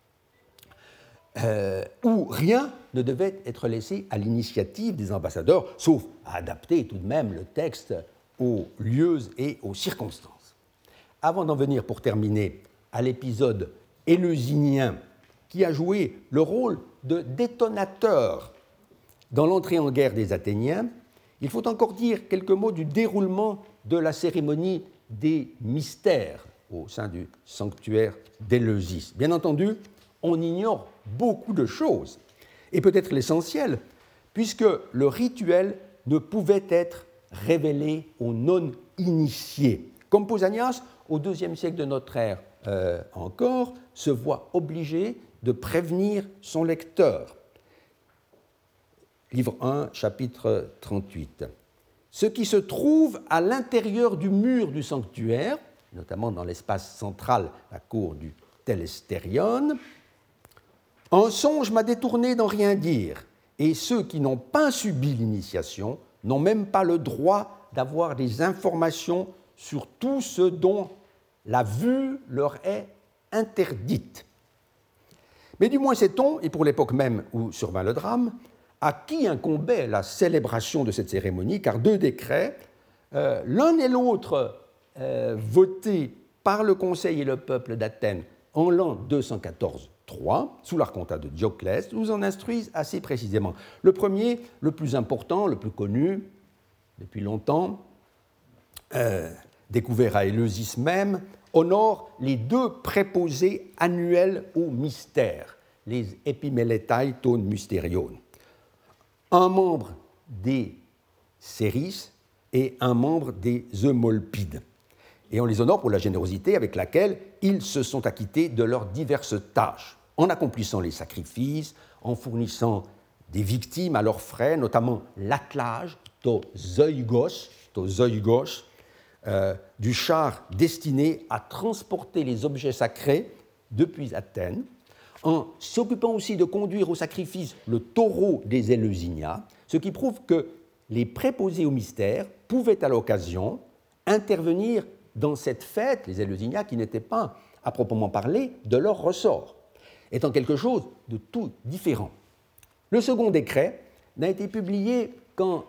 où rien ne devait être laissé à l'initiative des ambassadeurs, sauf à adapter tout de même le texte aux lieux et aux circonstances. Avant d'en venir, pour terminer, à l'épisode éleusinien qui a joué le rôle de détonateur dans l'entrée en guerre des Athéniens, il faut encore dire quelques mots du déroulement de la cérémonie des mystères au sein du sanctuaire d'Éleusis. Bien entendu, on ignore beaucoup de choses, et peut-être l'essentiel, puisque le rituel ne pouvait être révélé aux non-initiés. Comme Pausanias, au IIe siècle de notre ère encore, se voit obligé de prévenir son lecteur. Livre 1, chapitre 38. Ce qui se trouve à l'intérieur du mur du sanctuaire, notamment dans l'espace central, la cour du Telestérion, un songe m'a détourné d'en rien dire, et ceux qui n'ont pas subi l'initiation n'ont même pas le droit d'avoir des informations sur tout ce dont la vue leur est interdite. Mais du moins sait-on, et pour l'époque même où survint le drame, à qui incombait la célébration de cette cérémonie, car deux décrets, l'un et l'autre votés par le Conseil et le peuple d'Athènes en l'an 214-3, sous l'archontat de Dioclès, nous en instruisent assez précisément. Le premier, le plus important, le plus connu depuis longtemps, découvert à Éleusis même, honore les deux préposés annuels au mystère, les Epimeletai ton Mysterion. Un membre des Céris et un membre des Eumolpides. Et on les honore pour la générosité avec laquelle ils se sont acquittés de leurs diverses tâches, en accomplissant les sacrifices, en fournissant des victimes à leurs frais, notamment l'attelage, to zoigos, du char destiné à transporter les objets sacrés depuis Athènes, en s'occupant aussi de conduire au sacrifice le taureau des Éleusinia, ce qui prouve que les préposés au mystère pouvaient à l'occasion intervenir dans cette fête, les Éleusinia, qui n'étaient pas, à proprement parler, de leur ressort, étant quelque chose de tout différent. Le second décret n'a été publié qu'en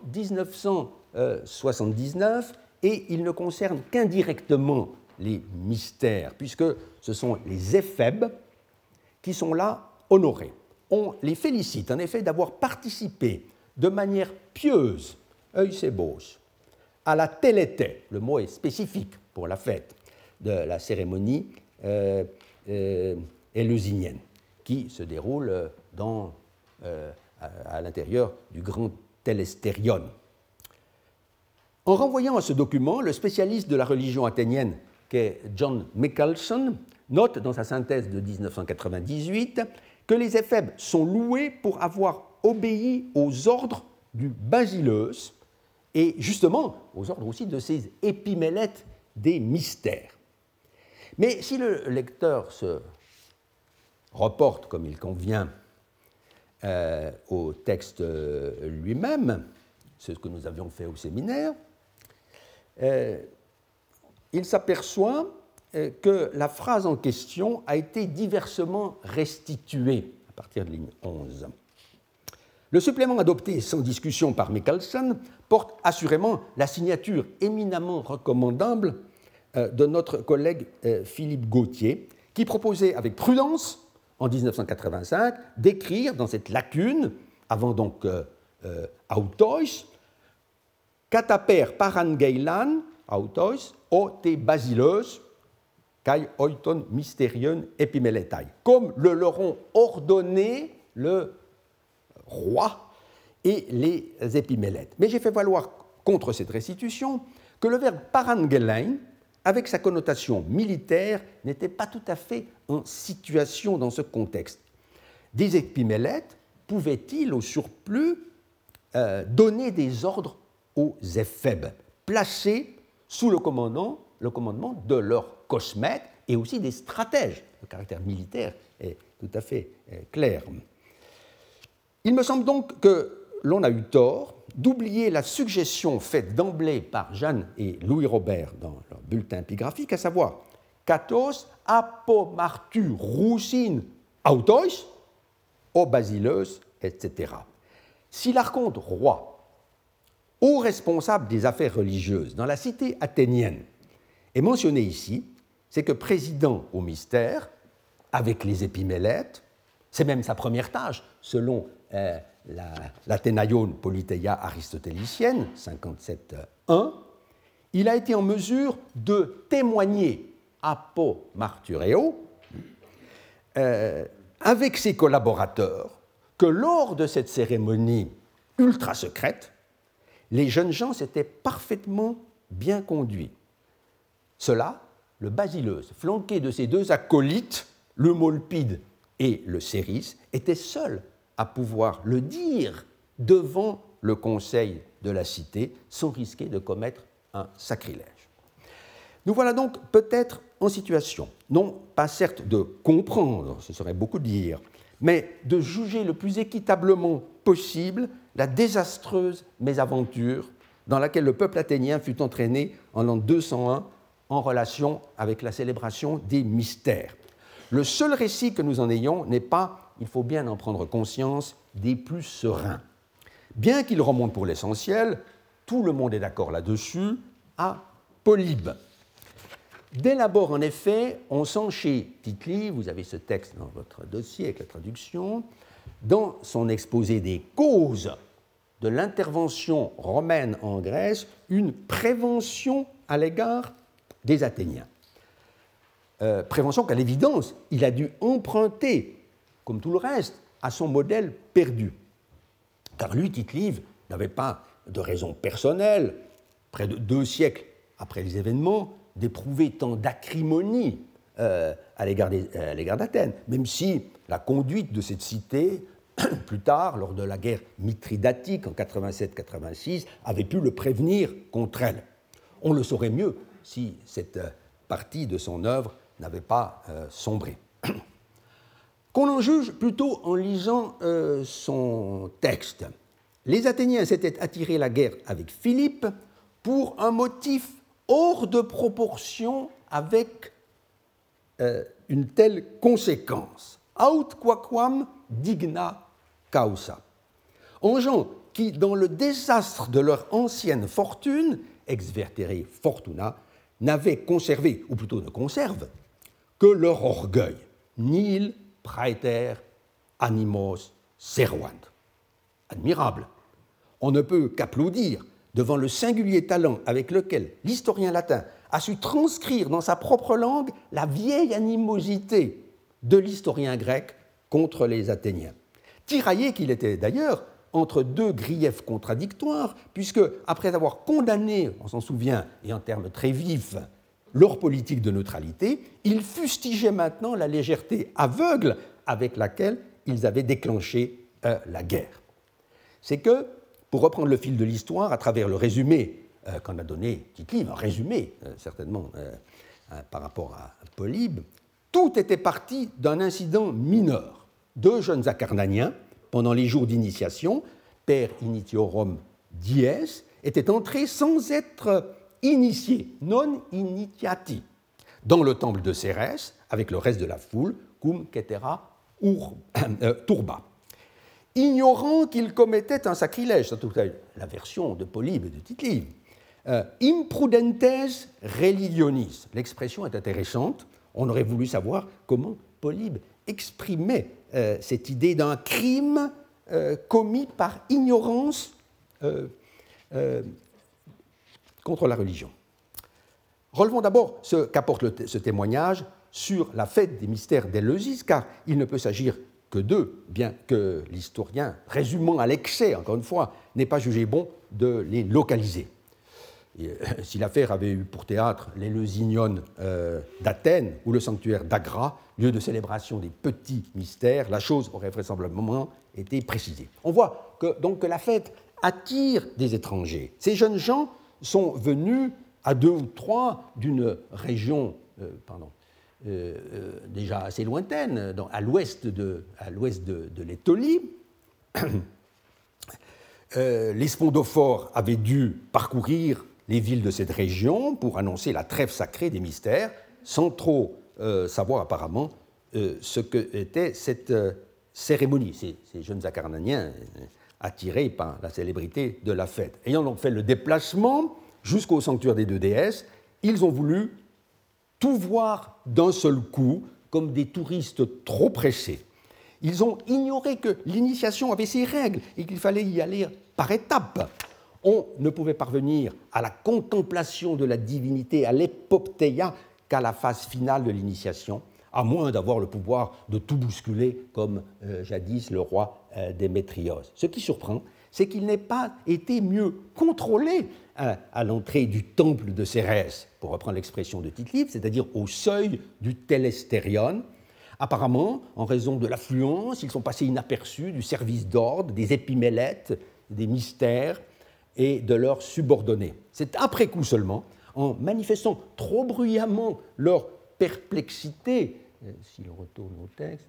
1979 et il ne concerne qu'indirectement les mystères, puisque ce sont les éphèbes qui sont là honorés. On les félicite en effet d'avoir participé de manière pieuse, eusebos, à la télété, le mot est spécifique pour la fête de la cérémonie éleusinienne, qui se déroule à l'intérieur du grand Telestérion. En renvoyant à ce document, le spécialiste de la religion athénienne, qu'est John Michelson, note dans sa synthèse de 1998 que les éphèbes sont loués pour avoir obéi aux ordres du basileus et justement aux ordres aussi de ces épimélètes des mystères. Mais si le lecteur se reporte comme il convient au texte lui-même, c'est ce que nous avions fait au séminaire, il s'aperçoit que la phrase en question a été diversement restituée partir de ligne 11. Le supplément adopté sans discussion par Michelson porte assurément la signature éminemment recommandable de notre collègue Philippe Gautier, qui proposait avec prudence, en 1985, d'écrire dans cette lacune, avant donc autois, kataper parangeilan, autois, o te basileus, kai oiton mysterion epimeletai, comme le leur ont ordonné le roi et les épimélètes. Mais j'ai fait valoir contre cette restitution que le verbe parangelein, avec sa connotation militaire, n'était pas tout à fait en situation dans ce contexte. Des épimélètes pouvaient-ils, au surplus, donner des ordres aux éphèbes, placés sous le commandement de leurs cosmètes et aussi des stratèges. Le caractère militaire est tout à fait clair. Il me semble donc que l'on a eu tort d'oublier la suggestion faite d'emblée par Jeanne et Louis Robert dans leur bulletin épigraphique, à savoir « Katos apomartu roussin autois, o basileus, etc. » Si l'archonte roi, haut responsable des affaires religieuses dans la cité athénienne, est mentionné ici, c'est que président au mystère, avec les épimélètes, c'est même sa première tâche, selon l'Athénaïon Politeia aristotélicienne, 57.1, il a été en mesure de témoigner apo martureo avec ses collaborateurs que lors de cette cérémonie ultra secrète, les jeunes gens s'étaient parfaitement bien conduits. Cela, le basileus, flanqué de ses deux acolytes, le Molpide et le Céris, était seul à pouvoir le dire devant le conseil de la cité sans risquer de commettre un sacrilège. Nous voilà donc peut-être en situation, non pas certes de comprendre, ce serait beaucoup dire, mais de juger le plus équitablement possible la désastreuse mésaventure dans laquelle le peuple athénien fut entraîné en l'an 201 en relation avec la célébration des mystères. Le seul récit que nous en ayons n'est pas, il faut bien en prendre conscience, des plus sereins. Bien qu'il remonte pour l'essentiel, tout le monde est d'accord là-dessus, à Polybe. Dès l'abord, en effet, on sent chez Tite-Live, vous avez ce texte dans votre dossier avec la traduction, dans son exposé des causes de l'intervention romaine en Grèce, une prévention à l'égard des Athéniens. Prévention qu'à l'évidence, il a dû emprunter, comme tout le reste, à son modèle perdu. Car lui, Tite-Live, n'avait pas de raison personnelle, près de 2 siècles après les événements, d'éprouver tant d'acrimonie à l'égard d'Athènes, même si la conduite de cette cité, plus tard, lors de la guerre mithridatique en 87-86, avait pu le prévenir contre elle. On le saurait mieux si cette partie de son œuvre n'avait pas sombré. Qu'on en juge plutôt en lisant son texte. Les Athéniens s'étaient attirés la guerre avec Philippe pour un motif hors de proportion avec une telle conséquence. Aut quaquam digna causa. En gens qui, dans le désastre de leur ancienne fortune, ex vertere fortuna, n'avaient conservé, ou plutôt ne conservent, que leur orgueil. Nil praeter animos servant. Admirable. On ne peut qu'applaudir devant le singulier talent avec lequel l'historien latin a su transcrire dans sa propre langue la vieille animosité de l'historien grec contre les Athéniens. Tiraillé qu'il était d'ailleurs entre 2 griefs contradictoires, puisque, après avoir condamné, on s'en souvient, et en termes très vifs, leur politique de neutralité, ils fustigeaient maintenant la légèreté aveugle avec laquelle ils avaient déclenché la guerre. C'est que, pour reprendre le fil de l'histoire, à travers le résumé qu'en a donné Tite-Live, un résumé certainement par rapport à Polybe, tout était parti d'un incident mineur. 2 jeunes acarnaniens, pendant les jours d'initiation, per initiorum dies, étaient entrés sans être initiés, non initiati, dans le temple de Cérès, avec le reste de la foule, cum cetera turba. Ignorant qu'il commettait un sacrilège, c'est en tout cas la version de Polybe et de Tite-Live, imprudentes religionis. L'expression est intéressante. On aurait voulu savoir comment Polybe exprimait cette idée d'un crime commis par ignorance contre la religion. Relevons d'abord ce qu'apporte ce témoignage sur la fête des mystères d'Éleusis, car il ne peut s'agir que d'eux, bien que l'historien, résumant à l'excès, encore une fois, n'ait pas jugé bon de les localiser. Et, si l'affaire avait eu pour théâtre l'Éleusignon d'Athènes ou le sanctuaire d'Agra, lieu de célébration des petits mystères, la chose aurait vraisemblablement été précisée. On voit donc que la fête attire des étrangers. Ces jeunes gens sont venus à 2 ou 3 d'une région déjà assez lointaine, à l'ouest de l'Étolie. Les spondophores avaient dû parcourir les villes de cette région pour annoncer la trêve sacrée des mystères, sans trop savoir apparemment ce qu'était cette cérémonie. Ces jeunes Acarnaniens attirés par la célébrité de la fête. Ayant donc fait le déplacement jusqu'au sanctuaire des 2 déesses, ils ont voulu tout voir d'un seul coup, comme des touristes trop pressés. Ils ont ignoré que l'initiation avait ses règles et qu'il fallait y aller par étapes. On ne pouvait parvenir à la contemplation de la divinité, à l'époptéia, qu'à la phase finale de l'initiation, à moins d'avoir le pouvoir de tout bousculer, comme jadis le roi Démétrios. Ce qui surprend, c'est qu'il n'ait pas été mieux contrôlé à l'entrée du temple de Cérès, pour reprendre l'expression de Tite-Live, c'est-à-dire au seuil du Télestérion. Apparemment, en raison de l'affluence, ils sont passés inaperçus du service d'ordre, des épimélètes, des mystères et de leurs subordonnés. C'est après coup seulement, en manifestant trop bruyamment leur perplexité, si l'on retourne au texte,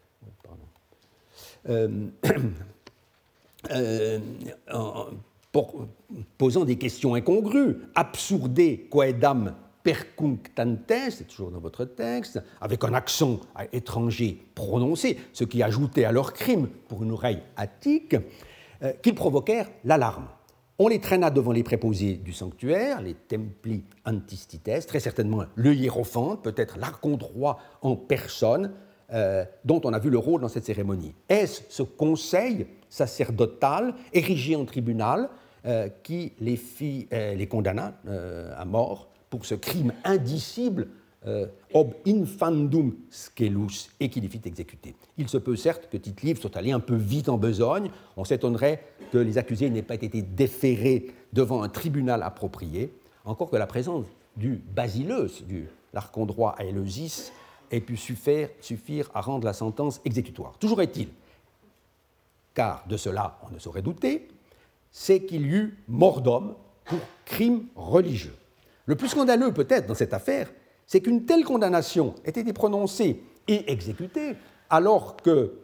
posant des questions incongrues, absurde quaedam percunctantes, c'est toujours dans votre texte, avec un accent étranger prononcé, ce qui ajoutait à leur crime pour une oreille attique, qu'ils provoquèrent l'alarme. On les traîna devant les préposés du sanctuaire, les templi antistites, très certainement le hiérophante, peut-être l'archonte roi en personne, dont on a vu le rôle dans cette cérémonie. Est-ce ce conseil sacerdotal érigé en tribunal qui les condamna à mort pour ce crime indicible ob infandum scelus et qui les fit exécuter. Il se peut certes que Tite-Live soit allé un peu vite en besogne. On s'étonnerait que les accusés n'aient pas été déférés devant un tribunal approprié, encore que la présence du basileus, l'archonte roi à Éleusis, ait pu suffire à rendre la sentence exécutoire. Toujours est-il, car de cela on ne saurait douter, c'est qu'il y eut mort d'homme pour crime religieux. Le plus scandaleux peut-être dans cette affaire, c'est qu'une telle condamnation ait été prononcée et exécutée alors que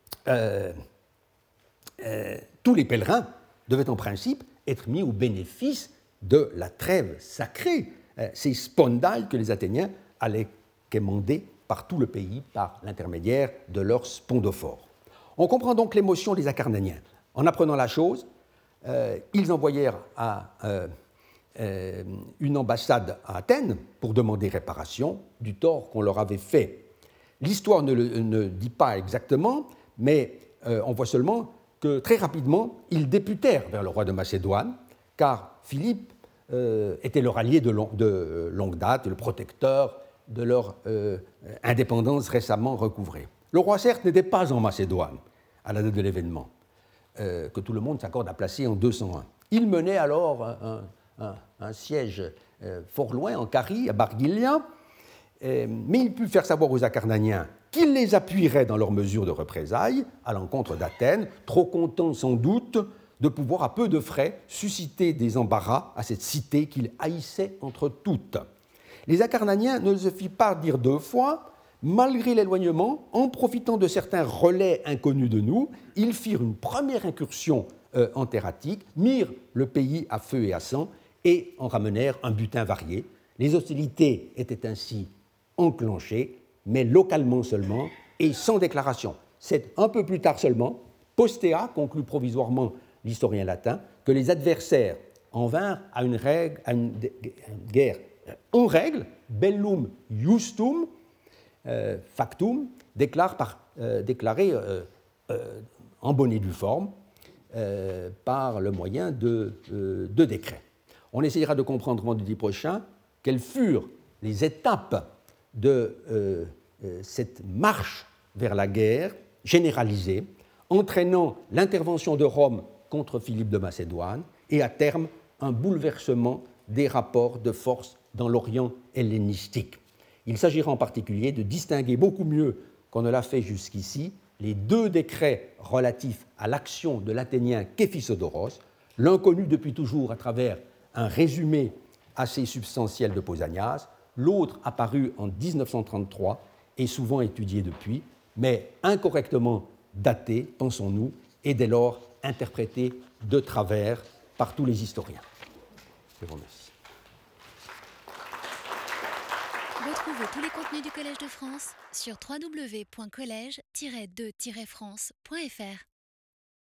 tous les pèlerins devaient en principe être mis au bénéfice de la trêve sacrée, ces spondiles que les Athéniens allaient quémander par tout le pays par l'intermédiaire de leurs spondophores. On comprend donc l'émotion des Acarnaniens. En apprenant la chose, ils envoyèrent une ambassade à Athènes pour demander réparation du tort qu'on leur avait fait. L'histoire ne dit pas exactement, mais on voit seulement que très rapidement, ils députèrent vers le roi de Macédoine, car Philippe était leur allié de longue date, le protecteur de leur indépendance récemment recouvrée. Le roi, certes, n'était pas en Macédoine à la date de l'événement, que tout le monde s'accorde à placer en 201. Il menait alors un siège fort loin, en Carie, à Barguilia, mais il put faire savoir aux Acarnaniens qu'il les appuierait dans leurs mesures de représailles à l'encontre d'Athènes, trop content sans doute de pouvoir à peu de frais susciter des embarras à cette cité qu'il haïssait entre toutes. Les Acarnaniens ne se firent pas dire 2 fois, malgré l'éloignement, en profitant de certains relais inconnus de nous, ils firent une première incursion en terre attique, mirent le pays à feu et à sang et en ramenèrent un butin varié. Les hostilités étaient ainsi enclenchées, mais localement seulement et sans déclaration. C'est un peu plus tard seulement, postea, conclut provisoirement l'historien latin, que les adversaires en vinrent à une guerre en règle, bellum justum, factum, déclaré en bonne et due forme par le moyen de décrets. On essayera de comprendre vendredi prochain quelles furent les étapes de cette marche vers la guerre généralisée, entraînant l'intervention de Rome contre Philippe de Macédoine et à terme un bouleversement des rapports de force dans l'Orient hellénistique. Il s'agira en particulier de distinguer beaucoup mieux qu'on ne l'a fait jusqu'ici les deux décrets relatifs à l'action de l'Athénien Képhisodoros, l'un connu depuis toujours à travers un résumé assez substantiel de Pausanias, l'autre apparu en 1933 et souvent étudié depuis, mais incorrectement daté, pensons-nous, et dès lors interprété de travers par tous les historiens. Je vous remercie. Retrouvez tous les contenus du Collège de France sur www.collège-2-france.fr.